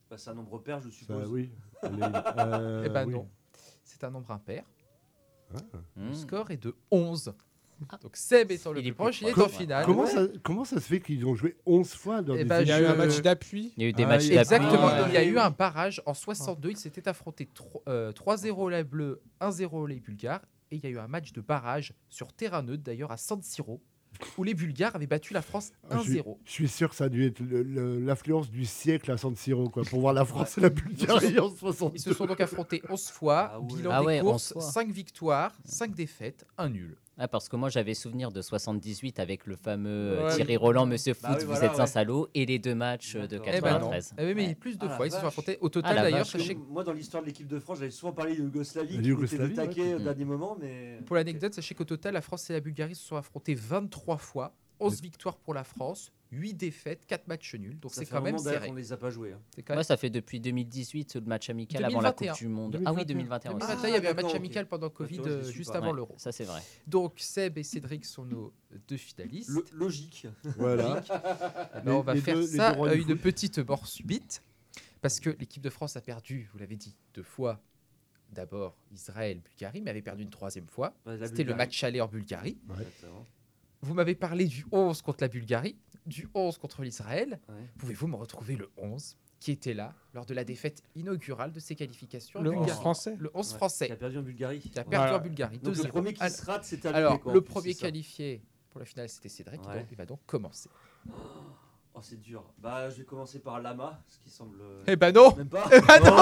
Bah, c'est un nombre pair, je Ça, suppose. oui. Eh ben oui. non, c'est un nombre impair. Ah. Le score est de 11. Donc Seb étant le Il est plus proche, il est plus en proche. finale. Comment ça se fait qu'ils ont joué 11 fois dans Eh des ben, Il y a eu un je- match d'appui. Il y a eu des Ah, matchs oui. d'appui. Exactement, Ah, il y a oui, eu oui. un barrage. En 62, ils s'étaient affrontés 3-0 les Bleus, 1-0 les Bulgares. Et il y a eu un match de barrage sur terrain neutre, d'ailleurs à San Siro, où les Bulgares avaient battu la France 1-0. Je suis sûr que ça a dû être l'influence du siècle à San Siro, quoi, pour voir la France et la Bulgarie en 62. Ils se sont donc affrontés 11 fois. Ah ouais. Bilan Ah des ouais, courses, 11 fois. 5 victoires, 5 défaites, 1 nul. Ah, parce que moi j'avais souvenir de 78 avec le fameux Ouais. Thierry Roland, Monsieur Foot, Bah oui, vous voilà, êtes un salaud, et les 2 matchs de D'accord. Eh ben non. 93. Eh oui, mais Ouais. plus de Ah, fois, la ils se sont vache. affrontés. Au total, Ah, la d'ailleurs, vache. sachez Moi, dans l'histoire de l'équipe de France, j'avais souvent parlé de Yougoslavie, La qui mettait Yougoslavie, le taquet ouais. au dernier moment, mais. Pour l'anecdote, sachez qu'au total, la France et la Bulgarie se sont affrontés 23 fois, 11 victoires pour la France, 8 défaites, 4 matchs nuls. Donc Ça c'est fait quand un même moment d'ailleurs serré. qu'on les a pas joués. Hein. C'est quand Moi, même... ça fait depuis 2018 le match amical avant la 2021. Coupe du Monde. 2021. Ah oui, 2021 aussi. 2021, il y avait un match d'accord, amical ok. pendant Covid, tu vois, je les suis juste pas. avant Ouais, l'Euro. ça c'est vrai. Donc Seb et Cédric sont nos 2 finalistes. Logique. Voilà. Alors, on va Les faire deux- les ça deux rois du une foot. petite mort subite. Parce que l'équipe de France a perdu, vous l'avez dit, 2 fois. D'abord Israël, Bulgarie, mais avait perdu une 3e fois. Ouais, la C'était le Bulgarie. match aller en Bulgarie. Exactement. Vous m'avez parlé du 11 contre la Bulgarie, du 11 contre l'Israël. Ouais. Pouvez-vous me retrouver le 11 qui était là lors de la défaite inaugurale de ces qualifications en Le 11 Bulgarie. français. Le 11 Ouais, français Qui a perdu en Bulgarie. qui a perdu Voilà. en Bulgarie. Donc 2-0. le premier qui se rate, c'est Alors, quoi, en le plus, premier c'est ça. qualifié pour la finale, c'était Cédric. Ouais. Donc, il va donc commencer. Oh, c'est dur. Bah, je vais commencer par Lama, ce qui semble. Eh ben non Même pas.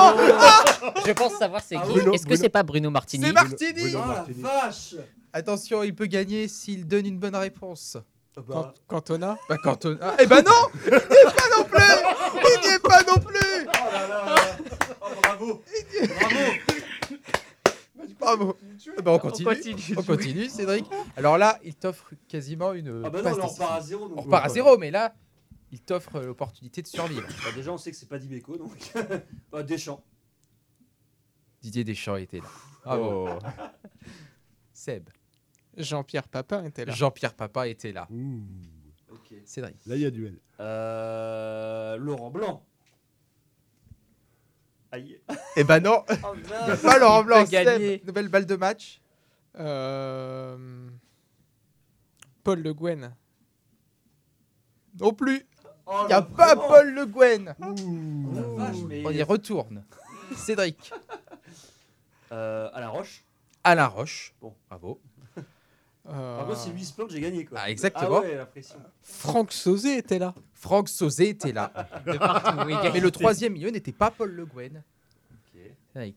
Je pense savoir c'est Ah qui. oui, Bruno- Est-ce que c'est pas Bruno Martini C'est Martini Bruno Ah la Martini. vache. Attention, il peut gagner s'il donne une bonne réponse. Bah, Cantona. Bah, quand on... Ah, eh ben non Il n'y est pas non plus Il n'y est pas non plus oh là là. Oh, bravo. Bravo. Bravo Eh ben, on continue, Cédric. Alors là, il t'offre quasiment une Ah bah non, passe là, on décisive. repart à zéro. donc On repart à zéro, mais là, il t'offre l'opportunité de survivre. Bah, déjà, on sait que c'est pas Dimeco, donc. Bah, Deschamps. Didier Deschamps était là. Bravo. Seb. Jean-Pierre Papin était là. Jean-Pierre Papin était là. Ouh. Ok. Cédric. Là, il y a duel. Laurent Blanc. Aïe. Eh ben non, Oh, il n'y a mince. pas Laurent Blanc. peut gagner. Seb, nouvelle balle de match. Paul Le Guen. Non plus. Oh, Il n'y a là, pas vraiment. Paul Le Guen. Oh, la vache, mais- On y retourne. Cédric. À la Roche. Alain Roche. Bon. Bravo. Par contre, si lui se plante, j'ai gagné, quoi. Ah, exactement. Ah ouais, la pression. Franck Sauzé était là. Franck Sauzé était là. De partout. Oui, Mais le troisième milieu n'était pas Paul Le Guen. Ok. Cédric.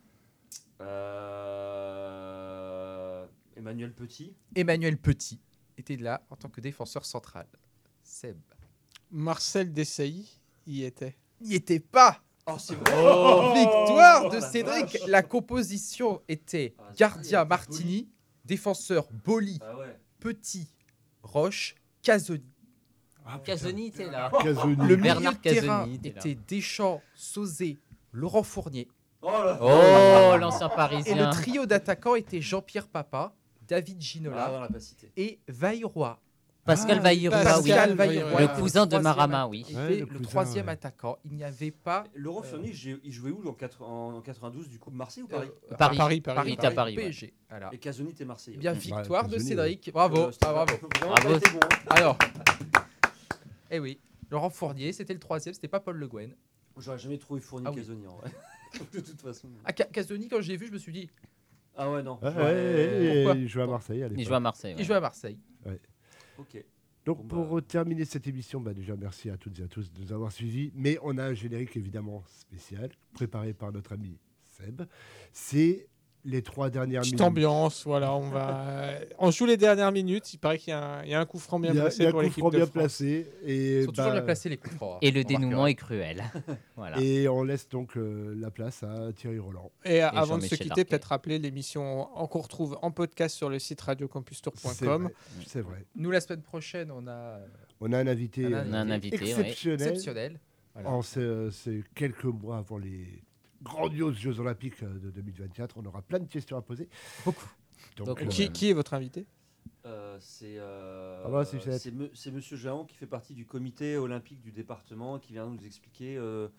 Emmanuel Petit. Emmanuel Petit était là en tant que défenseur central. Seb. Marcel Desailly y était. N'y était pas. Oh, c'est vrai. Victoire de la Cédric. vache. La composition était Ah, gardien c'est Martini, défenseur Boli, Ah ouais. Petit, Roche, Casoni. Casoni était là. Casoni. Le milieu Bernard de terrain Casoni était là. était Deschamps, Sauzé, Laurent Fournier. Oh là. Oh, l'ancien Et le parisien. trio d'attaquants était Jean-Pierre Papa, David Ah, Ginola on l'a pas cité. et Vailleroy. Pascal Vailleroy, oui. Pascal oui, Vailleroy. oui, Le oui. cousin de troisième Marama, oui. était Ouais, le le cousin, troisième ouais. attaquant. Il n'y avait pas Laurent Fournier, il jouait où en 92 du coup Marseille ou Paris Paris. Paris. Paris, Il était à Paris, ouais. PSG. Voilà. Et Casoni était Marseille. Eh bien, ok. victoire de Casoni, Cédric. Bravo. C'était Ah, bravo. vraiment Bravo. pas été bon, hein. Alors, eh oui, Laurent Fournier, c'était le troisième, c'était pas Paul Le Guen. J'aurais jamais trouvé Fournier Ah oui. Casoni en vrai. De toute façon. Ah, Casoni, quand je l'ai vu, je me suis dit, Ah ouais, non. Ouais, Pourquoi il jouait à Marseille à Il l'époque. joue à Marseille. il ouais. joue à Marseille. Ok. Donc Bon, pour bah. terminer cette émission, déjà merci à toutes et à tous de nous avoir suivis. Mais on a un générique évidemment spécial, préparé par notre ami Seb. C'est les 3 dernières Petite minutes. ambiance, voilà. On joue les dernières minutes. Il paraît qu'il y a un coup franc bien Il y a placé un pour coup l'équipe franc de bien France. placé. Et, Ils sont toujours bien placés, les coups francs. Et le Remarquerez. dénouement est cruel. Voilà. Et on laisse donc la place à Thierry Roland. Et avant de se Jean-Michel quitter, Larquet. peut-être rappeler l'émission qu'on retrouve en podcast sur le site C'est radiocampustour.com. vrai, c'est vrai. Nous, la semaine prochaine, on a On a un invité, On a un invité, ouais. exceptionnel. exceptionnel. Voilà. En c'est quelques mois avant les grandioses Jeux Olympiques de 2024. On aura plein de questions à poser. Beaucoup. Donc, Qui est votre invité? C'est bah, c'est c'est Monsieur Jaon qui fait partie du comité olympique du département qui vient nous expliquer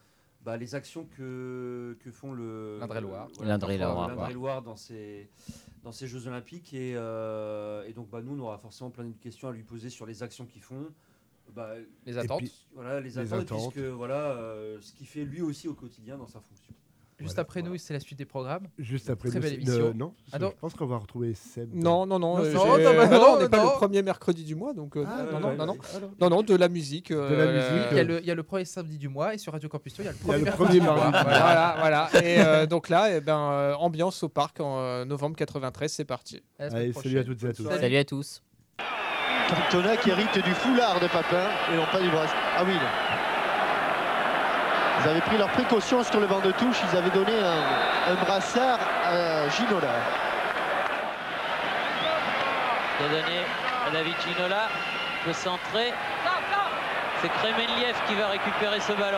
les actions que font l'Indre-et-Loire. l'Indre-et-Loire dans ces Jeux Olympiques. Et donc, nous, on aura forcément plein de questions à lui poser sur les actions qu'ils font. Les attentes. Les attentes. Puisque, ce qu'il fait lui aussi au quotidien dans sa fonction. Juste après nous, c'est la suite des programmes. Juste après Très nous, belle émission. non, je pense qu'on va retrouver Seb. Non, on n'est pas le premier mercredi du mois, donc non, de la musique. Il y a le premier samedi du mois et sur Radio Campus, il y a le premier mardi. Voilà. Et donc là, ambiance au parc en novembre 93, c'est parti. Allez, salut à toutes et à tous. Salut à tous. Cantona qui hérite du foulard de Papin et non pas du bracelet. Ah oui, non. Ils avaient pris leurs précautions sur le banc de touche, ils avaient donné un brassard à Ginola. C'est donné à David Ginola, peut centrer. C'est Kremenliev qui va récupérer ce ballon.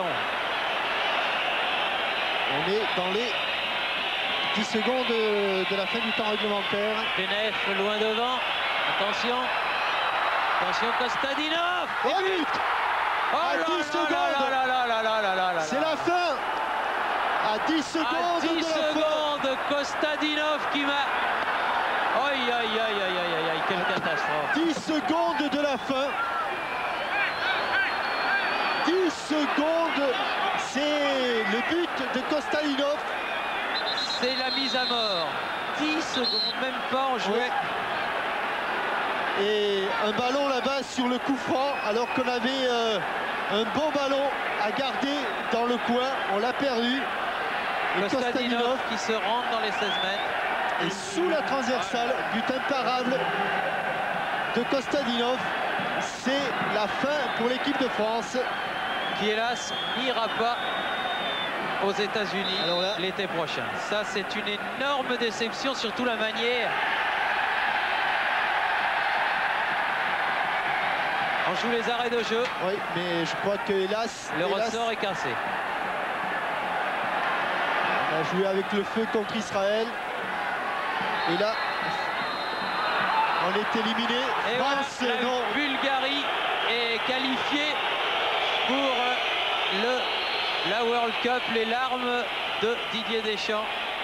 On est dans les 10 secondes de la fin du temps réglementaire. Penef loin devant. Attention Kostadinov. Et but à 10 secondes. C'est la fin. À 10 secondes. À 10 secondes, Kostadinov qui m'a. Aïe, quelle catastrophe. 10 secondes de la fin. 10 secondes. C'est le but de Kostadinov. C'est la mise à mort. 10 secondes, même pas en jouet. Ouais. Et un ballon là-bas sur le coup franc, alors qu'on avait un bon ballon à garder dans le coin. On l'a perdu. Et Kostadinov qui se rentre dans les 16 mètres. Et sous la transversale, but imparable de Kostadinov. C'est la fin pour l'équipe de France. Qui hélas n'ira pas aux États-Unis l'été prochain. Ça, c'est une énorme déception, surtout la manière. On joue les arrêts de jeu. Oui, mais je crois que hélas... Le ressort est cassé. On a joué avec le feu contre Israël. Et là, on est éliminé. Et France, voilà, non. la Bulgarie est qualifiée pour la World Cup. Les larmes de Didier Deschamps.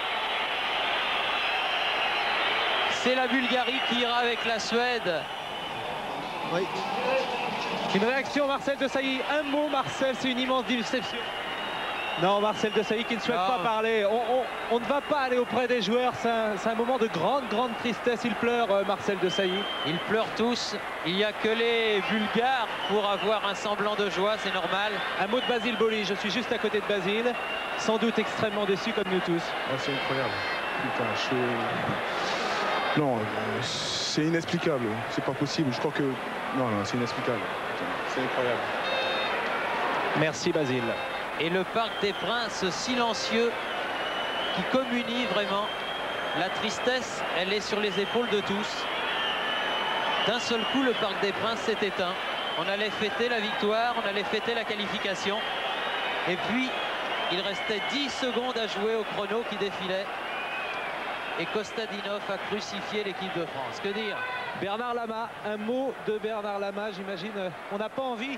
C'est la Bulgarie qui ira avec la Suède. Oui. Une réaction, Marcel Desailly. Un mot, Marcel, c'est une immense déception. Non, Marcel Desailly qui ne souhaite pas parler. On ne va pas aller auprès des joueurs. C'est un moment de grande tristesse. Il pleure, Marcel Desailly. Ils pleurent tous. Il n'y a que les Bulgares pour avoir un semblant de joie, c'est normal. Un mot de Basile Boli. Je suis juste à côté de Basile. Sans doute extrêmement déçu comme nous tous. Oh, c'est incroyable. Putain, non, c'est inexplicable. C'est pas possible. Je crois que... Non, c'est inexplicable. C'est incroyable. Merci, Basile. Et le Parc des Princes silencieux qui communie vraiment. La tristesse, elle est sur les épaules de tous. D'un seul coup, le Parc des Princes s'est éteint. On allait fêter la victoire, on allait fêter la qualification. Et puis, il restait 10 secondes à jouer au chrono qui défilait. Et Kostadinov a crucifié l'équipe de France. Que dire? Bernard Lama, un mot de Bernard Lama, j'imagine. On n'a pas envie.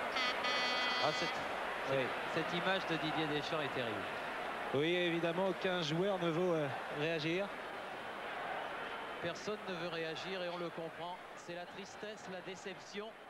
Cette image de Didier Deschamps est terrible. Oui, évidemment, aucun joueur ne veut réagir. Personne ne veut réagir et on le comprend. C'est la tristesse, la déception.